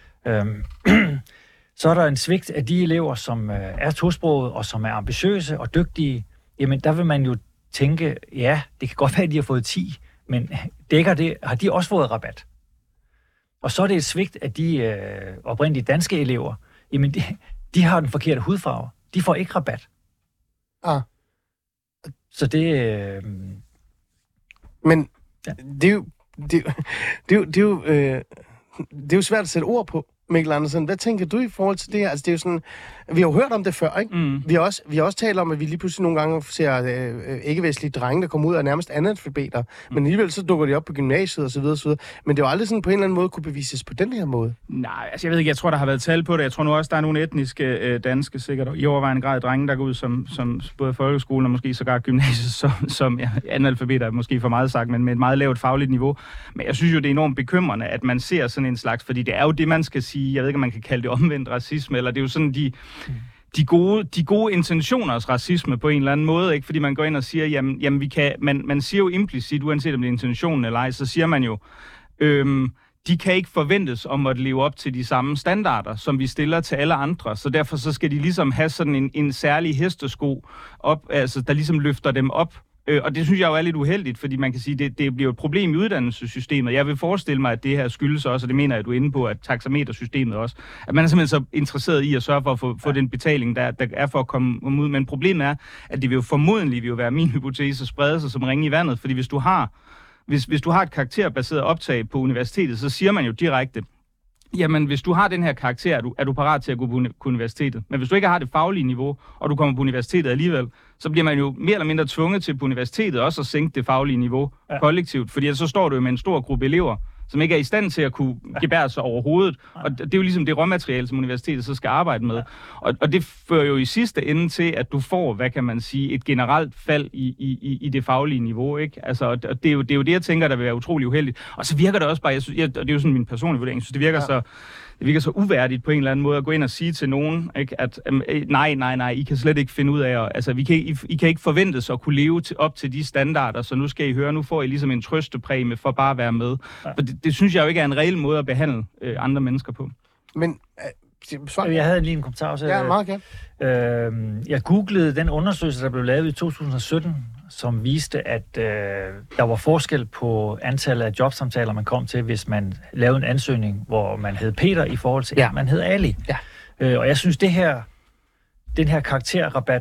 så er der en svigt af de elever, som er tosprogede og som er ambitiøse og dygtige. Jamen, der vil man jo tænke, ja, det kan godt være, at de har fået 10, men dækker det, har de også fået rabat? Og så er det et svigt af de oprindelige danske elever. Jamen, de har den forkerte hudfarve. De får ikke rabat. Så det... Men det er jo svært at sætte ord på, Mikkel Andersen. Hvad tænker du i forhold til det her? Altså, det er jo sådan, vi har jo hørt om det før, ikke? Vi har også talt om, at vi lige pludselig nogle gange ser ikke-vestlige drenge, der kommer ud af nærmest analfabeter, men alligevel så dukker de op på gymnasiet osv. Men det er jo aldrig sådan på en eller anden måde kunne bevises på den her måde. Nej, altså jeg ved ikke, jeg tror, der har været tal på det. Jeg tror nu også, der er nogle etniske danske, sikkert i overvejende grad drenge, der går ud som både folkeskolen og måske sågar gymnasiet, som analfabeter, måske for meget sagt, men med et meget lavt fagligt niveau. Men jeg synes jo, det er enormt bekymrende, at man ser sådan en slags, fordi det er jo det, man skal sige. Jeg ved ikke, om man kan kalde det omvendt racisme, eller det er jo sådan de gode intentioners racisme på en eller anden måde, ikke? Fordi man går ind og siger, jamen vi kan, man siger jo implicit, uanset om det er intentionen eller ej, så siger man jo, de kan ikke forventes om at leve op til de samme standarder, som vi stiller til alle andre, så derfor så skal de ligesom have sådan en særlig hestesko op, altså der ligesom løfter dem op. Og det synes jeg jo er lidt uheldigt, fordi man kan sige, det bliver et problem i uddannelsessystemet. Jeg vil forestille mig, at det her skyldes også, og det mener jeg, at du er inde på, at taxametersystemet også, at man er simpelthen så interesseret i at sørge for at få den betaling, der er for at komme ud. Men problemet er, at det vil jo formodentlig være min hypotese, sprede sig som ringe i vandet, fordi hvis du har et karakterbaseret optag på universitetet, så siger man jo direkte, jamen, hvis du har den her karakter, er du parat til at gå på universitetet. Men hvis du ikke har det faglige niveau, og du kommer på universitetet alligevel, så bliver man jo mere eller mindre tvunget til på universitetet også at sænke det faglige niveau kollektivt. Fordi så står du jo med en stor gruppe elever, som ikke er i stand til at kunne gebære sig overhovedet. Og det er jo ligesom det råmateriale, som universitetet så skal arbejde med. Og det fører jo i sidste ende til, at du får, hvad kan man sige, et generelt fald i det faglige niveau, ikke? Altså, og det er jo det, jeg tænker, der vil være utrolig uheldigt. Og så virker det også bare, og det er jo sådan min personlige vurdering, jeg synes, det virker så uværdigt på en eller anden måde at gå ind og sige til nogen, ikke, at nej, I kan slet ikke finde ud af, altså I kan ikke forventes at kunne leve op til de standarder, så nu skal I høre, nu får I ligesom en trøstepræmie for bare at være med. For det synes jeg jo ikke er en reel måde at behandle andre mennesker på. Men jeg havde lige en kommentar. Så, meget gerne. Jeg googlede den undersøgelse, der blev lavet i 2017, som viste, at der var forskel på antallet af jobsamtaler, man kom til, hvis man lavede en ansøgning, hvor man hed Peter i forhold til, at man hed Ali. Ja. Og jeg synes, den her karakterrabat,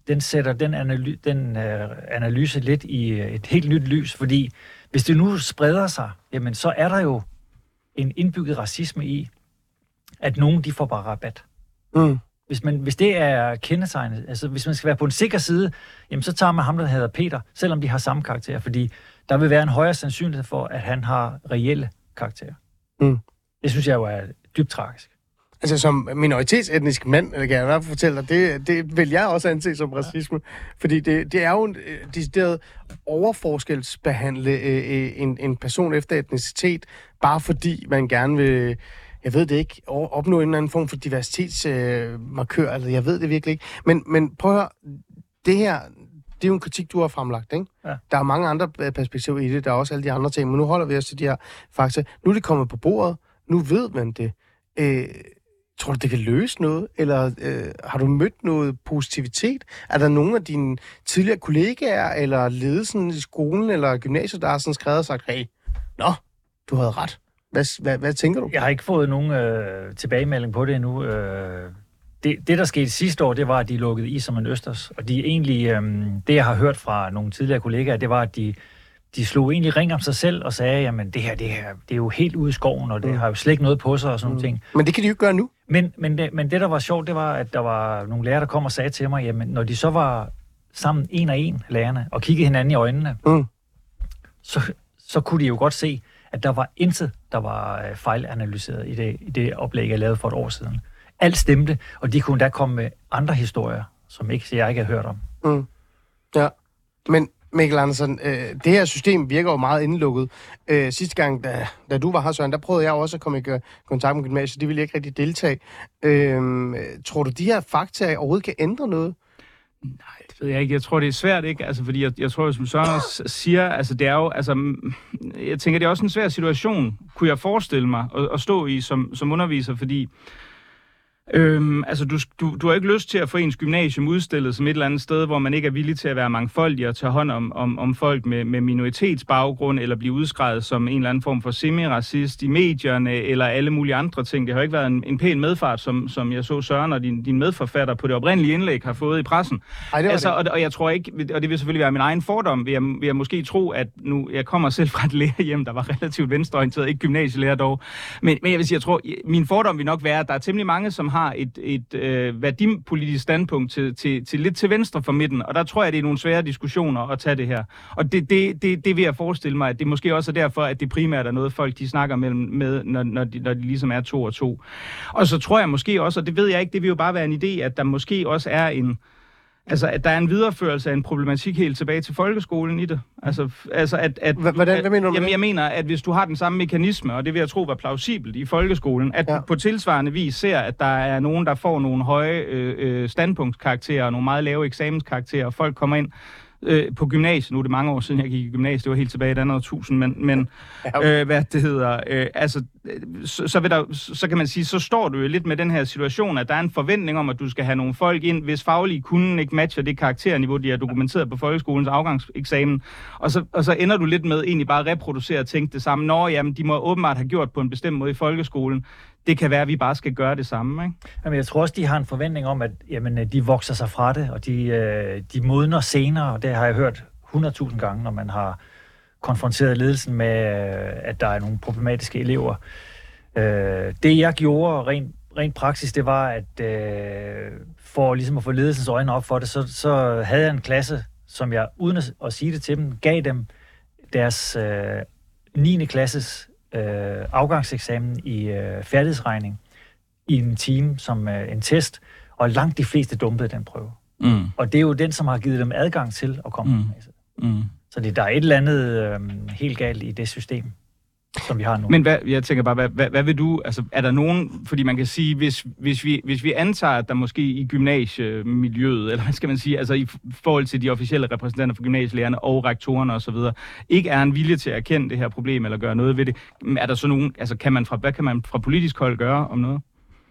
den sætter den analyse lidt i et helt nyt lys, fordi hvis det nu spreder sig, jamen så er der jo en indbygget racisme i, at nogen de får bare rabat. Mm. Hvis det er kendetegnet, altså hvis man skal være på en sikker side, jamen så tager man ham, der hedder Peter, selvom de har samme karakter, fordi der vil være en højere sandsynlighed for, at han har reelle karakterer. Mm. Det synes jeg jo er dybt tragisk. Altså som minoritetsetnisk mand, eller kan jeg i hvert fald fortælle dig, det vil jeg også anse som racisme. Fordi det er jo en decideret overforskelsbehandle en person efter etnicitet, bare fordi man gerne vil, jeg ved det ikke, opnå en eller anden form for diversitetsmarkør, altså jeg ved det virkelig ikke. Men prøv at høre, det her, det er jo en kritik, du har fremlagt, ikke? Ja. Der er mange andre perspektiver i det, der er også alle de andre ting, men nu holder vi os til de her fakta. Nu er det kommet på bordet, nu ved man det. Tror du, det kan løse noget? Eller har du mødt noget positivitet? Er der nogen af dine tidligere kollegaer, eller ledelsen i skolen, eller gymnasiet, der har sådan skrevet og sagt, hey, du havde ret. Hvad tænker du? Jeg har ikke fået nogen tilbagemelding på det endnu. Det, der skete sidste år, det var, at de lukkede i som en østers. Og de egentlig, det jeg har hørt fra nogle tidligere kollegaer, det var, at de slog egentlig ring om sig selv og sagde, jamen det her, det er jo helt ude i skoven, og det har jo slet ikke noget på sig og sådan nogle ting. Men det kan de jo ikke gøre nu. Men det, der var sjovt, det var, at der var nogle lærere, der kom og sagde til mig, jamen når de så var sammen en og en, lærerne, og kiggede hinanden i øjnene, så kunne de jo godt se, at der var intet, der var fejlanalyseret i det oplæg, jeg lavede for et år siden. Alt stemte, og de kunne da komme med andre historier, som jeg ikke har hørt om. Mm. Ja, men Mikkel Andersen, det her system virker jo meget indelukket. Sidste gang, da du var her, Søren, der prøvede jeg også at komme i kontakt med gymnasiet. Det ville jeg ikke rigtig deltage. Tror du, de her fakta overhovedet kan ændre noget? Nej, det ved jeg ikke. Jeg tror, det er svært, ikke? Altså, fordi jeg tror, som Søren også siger, altså, det er jo, altså, jeg tænker, det er også en svær situation, kunne jeg forestille mig, at stå i som underviser, fordi altså, du har ikke lyst til at få ens gymnasium udstillet som et eller andet sted, hvor man ikke er villig til at være mangfoldig og tage hånd om folk med minoritetsbaggrund, eller blive udskrevet som en eller anden form for semi-racist i medierne, eller alle mulige andre ting. Det har ikke været en pæn medfart, som jeg så Søren og din medforfatter på det oprindelige indlæg har fået i pressen. Ej, altså, og jeg tror ikke, og det vil selvfølgelig være min egen fordom, vil jeg måske tro, at nu, jeg kommer selv fra et lærerhjem, der var relativt venstreorienteret, ikke gymnasielærer dog, men jeg vil sige, jeg tror, min fordom vil nok være, at der er temmelig mange, som har et værdipolitisk standpunkt til lidt til venstre for midten, og der tror jeg, det er nogle svære diskussioner at tage det her. Og det vil jeg forestille mig, at det måske også er derfor, at det primært er noget, folk de snakker med, når de ligesom er 2 og 2. Og så tror jeg måske også, og det ved jeg ikke, det vil jo bare være en idé, at der måske også er at der er en videreførelse af en problematik helt tilbage til folkeskolen i det. Hvad mener du? Jamen, jeg mener, at hvis du har den samme mekanisme, og det vil jeg tro var plausibelt i folkeskolen, at du på tilsvarende vis ser, at der er nogen, der får nogle høje standpunktskarakterer og nogle meget lave eksamenskarakterer, og folk kommer ind på gymnasiet. Nu er det mange år siden, jeg gik i gymnasiet. Det var helt tilbage i 2000, men hvad det hedder. Så kan man sige, så står du jo lidt med den her situation, at der er en forventning om, at du skal have nogle folk ind, hvis faglige kunden ikke matcher det karakterniveau, de har dokumenteret på folkeskolens afgangseksamen. Og så ender du lidt med egentlig bare at reproducere og tænke det samme. Jamen, de må åbenbart have gjort på en bestemt måde i folkeskolen. Det kan være, at vi bare skal gøre det samme, ikke? Jamen, jeg tror også, de har en forventning om, at de vokser sig fra det, og de modner senere, og det har jeg hørt 100.000 gange, når man har konfronteret ledelsen med, at der er nogle problematiske elever. Det, jeg gjorde rent praksis, det var, at for ligesom at få ledelsens øjne op for det, så havde jeg en klasse, som jeg, uden at sige det til dem, gav dem deres 9. klasses afgangseksamen i færdighedsregning i en time som en test, og langt de fleste dumpede den prøve. Og det er jo den, som har givet dem adgang til at komme med. Så der er et eller andet helt galt i det system, som vi har nu. Men jeg tænker bare, hvad vil du, altså er der nogen, fordi man kan sige, hvis vi antager, at der måske i gymnasiemiljøet, eller hvad skal man sige, altså i forhold til de officielle repræsentanter for gymnasielærerne og rektorerne osv., ikke er en vilje til at erkende det her problem, eller gøre noget ved det, er der så nogen, altså hvad kan man fra politisk hold gøre om noget?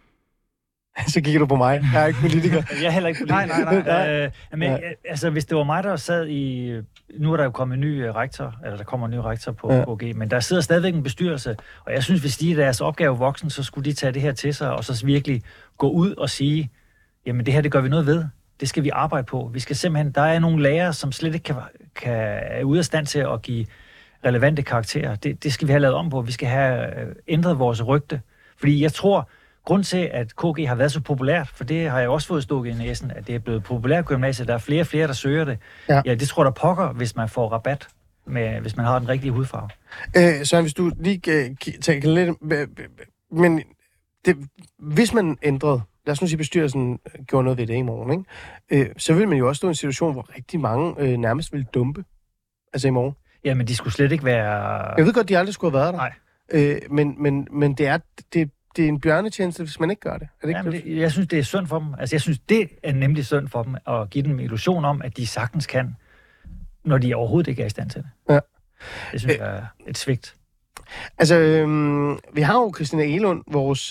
Så kigger du på mig. Jeg er ikke politiker. Jeg er heller ikke politiker. Nej. Altså, hvis det var mig, der sad i... Nu er der jo kommet en ny rektor, eller der kommer en ny rektor på OG, men der sidder stadigvæk en bestyrelse, og jeg synes, hvis de er deres opgave voksen, så skulle de tage det her til sig, og så virkelig gå ud og sige, jamen det her, det gør vi noget ved. Det skal vi arbejde på. Vi skal simpelthen, der er nogle lærere, som slet ikke er ude af stand til at give relevante karakterer. Det skal vi have lavet om på. Vi skal have ændret vores rygte. Fordi jeg tror, grund til, at KG har været så populært, for det har jeg også fået stukket i næsen, at det er blevet populært gymnasiet. Der er flere og flere, der søger det. Ja, det tror jeg, der pokker, hvis man får rabat, hvis man har den rigtige hudfarve. Søren, hvis du lige tænker lidt... Men hvis man ændrede, lad os nu sige, bestyrelsen gjorde noget ved det i morgen, ikke? Så vil man jo også stå i en situation, hvor rigtig mange nærmest vil dumpe. Altså i morgen. Ja, men de skulle slet ikke være... Jeg ved godt, de aldrig skulle have været der. Nej. Men det er en bjørnetjeneste, hvis man ikke gør det. Er det ikke jeg synes, det er synd for dem. Altså, jeg synes, det er nemlig synd for dem at give dem en illusion om, at de sagtens kan, når de overhovedet ikke er i stand til det. Ja. Det synes jeg er et svigt. Altså, vi har jo Christina Egelund, vores...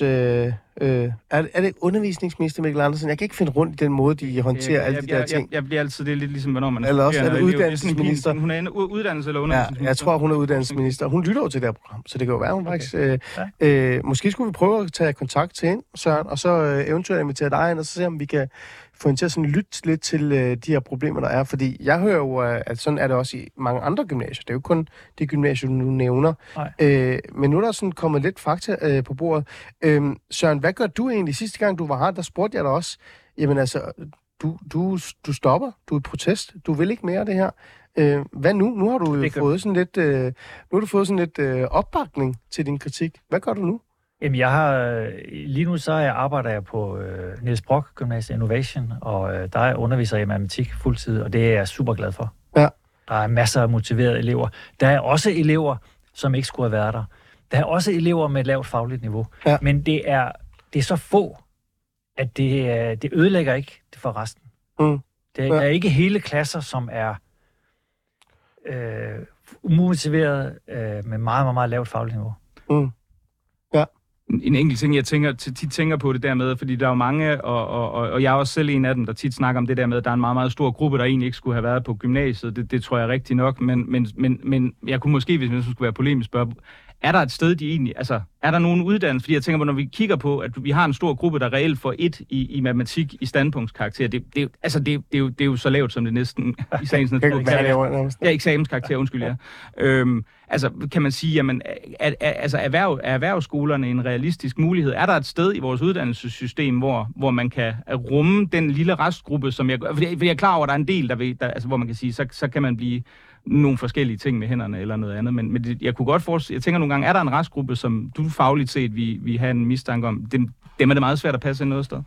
er det undervisningsminister Mikkel Andersen? Jeg kan ikke finde rundt i den måde, de håndterer alle de der ting. Jeg bliver altid, det er lidt ligesom, hvornår man er... Eller også er det uddannelsesminister. Hun er uddannelse- eller undervisningsminister. Ja, jeg tror, hun er uddannelsesminister. Hun lytter jo til det her program, så det kan jo være, hun faktisk... måske skulle vi prøve at tage kontakt til hende, Søren, og så eventuelt invitere dig ind, og så se, om vi kan få hende til at sådan lytte lidt til de her problemer, der er. Fordi jeg hører jo, at sådan er det også i mange andre gymnasier. Det er jo kun det gymnasium, du nu nævner. Men nu er der sådan kommet lidt fakta på bordet. Søren, hvad gør du egentlig? Sidste gang, du var her, der spurgte jeg dig også, jamen altså, du stopper, du er i protest, du vil ikke mere af det her. Hvad nu? Nu har du jo fået sådan lidt, opbakning til din kritik. Hvad gør du nu? Jamen, lige nu så arbejder jeg på Niels Brock Gymnasiet Innovation, og der underviser jeg i matematik fuldtid, og det er jeg super glad for. Ja. Der er masser af motiverede elever. Der er også elever, som ikke skulle have været der. Der er også elever med et lavt fagligt niveau. Ja. Men det er så få, at det ødelægger ikke det for resten. Der er ikke hele klasser, som er umotiveret med meget, meget, meget lavt fagligt niveau. Ja. En enkelt ting, jeg tit tænker på det der med, fordi der er jo mange, og jeg er også selv en af dem, der tit snakker om det der med, at der er en meget, meget stor gruppe, der egentlig ikke skulle have været på gymnasiet. Det tror jeg rigtigt nok, men jeg kunne måske, hvis man skulle være polemisk, spørge, er der et sted, de egentlig... Altså, er der nogen uddannelse? Fordi jeg tænker på, når vi kigger på, at vi har en stor gruppe, der reelt får 1 i matematik i standpunktskarakter. Det er jo så lavt, som det næsten i sagens natur. Ja, eksamenskarakter, undskyld, ja. Altså, kan man sige, jamen, er erhvervsskolerne en realistisk mulighed? Er der et sted i vores uddannelsessystem, hvor man kan rumme den lille restgruppe, som jeg... Fordi jeg er klar over, at der er en del, hvor man kan sige, så kan man blive nogle forskellige ting med hænderne eller noget andet, men jeg kunne godt forestille, jeg tænker nogle gange, er der en restgruppe, som du fagligt set vi har en mistanke om, dem er det meget svært at passe ind noget sted?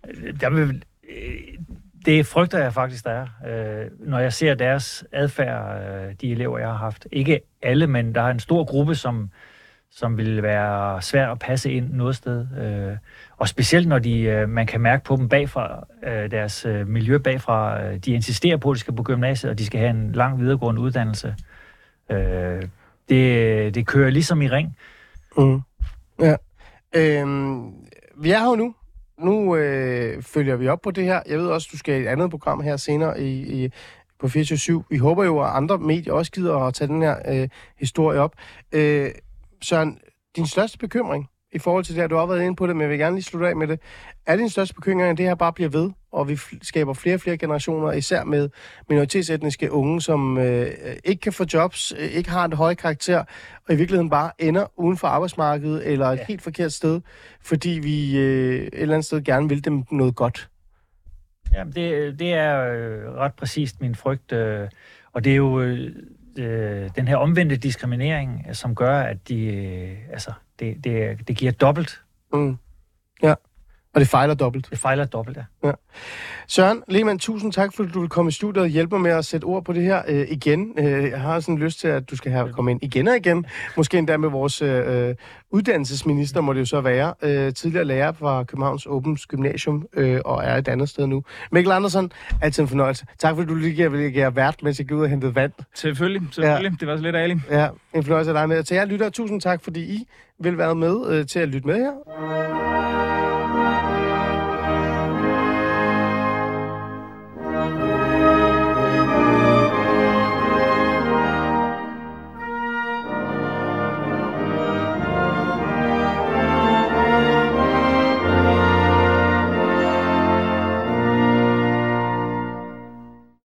Det frygter jeg faktisk, der er. Når jeg ser deres adfærd, de elever, jeg har haft. Ikke alle, men der er en stor gruppe, som vil være svært at passe ind noget sted. Og specielt når man kan mærke på dem bagfra, deres miljø bagfra, de insisterer på, at de skal på gymnasiet, og de skal have en lang videregående uddannelse. Det kører ligesom i ring. Ja. Vi er her nu. Nu følger vi op på det her. Jeg ved også, du skal i et andet program her senere på 24/7. Vi håber jo, at andre medier også gider at tage den her historie op. Søren, din største bekymring i forhold til det her, du har været inde på det, men jeg vil gerne lige slutte af med det. Er din største bekymring, at det her bare bliver ved, og vi skaber flere og flere generationer, især med minoritetsetniske unge, som ikke kan få jobs, ikke har et højt karakter, og i virkeligheden bare ender uden for arbejdsmarkedet, eller et helt forkert sted, fordi vi et eller andet sted gerne vil dem noget godt? Jamen, det er ret præcist min frygt, og det er jo den her omvendte diskriminering, som gør, at det giver dobbelt. Ja, og det fejler dobbelt. Det fejler dobbelt, ja. Søren Lehmann, tusind tak, fordi du vil komme i studiet og hjælpe mig med at sætte ord på det her igen. Jeg har sådan lyst til, at du skal komme ind igen og igen. Måske endda med vores uddannelsesminister, må det jo så være. Tidligere lærer fra Københavns Åbens Gymnasium og er et andet sted nu. Mikkel Andersen, altid en fornøjelse. Tak, fordi du lige vil give vært, mens jeg gik ud og hentede vand. Selvfølgelig. Ja. Det var så lidt ærligt. Ja, en fornøjelse af dig med. Til jer lytter, tusind tak, fordi I vil være med til at lytte med her.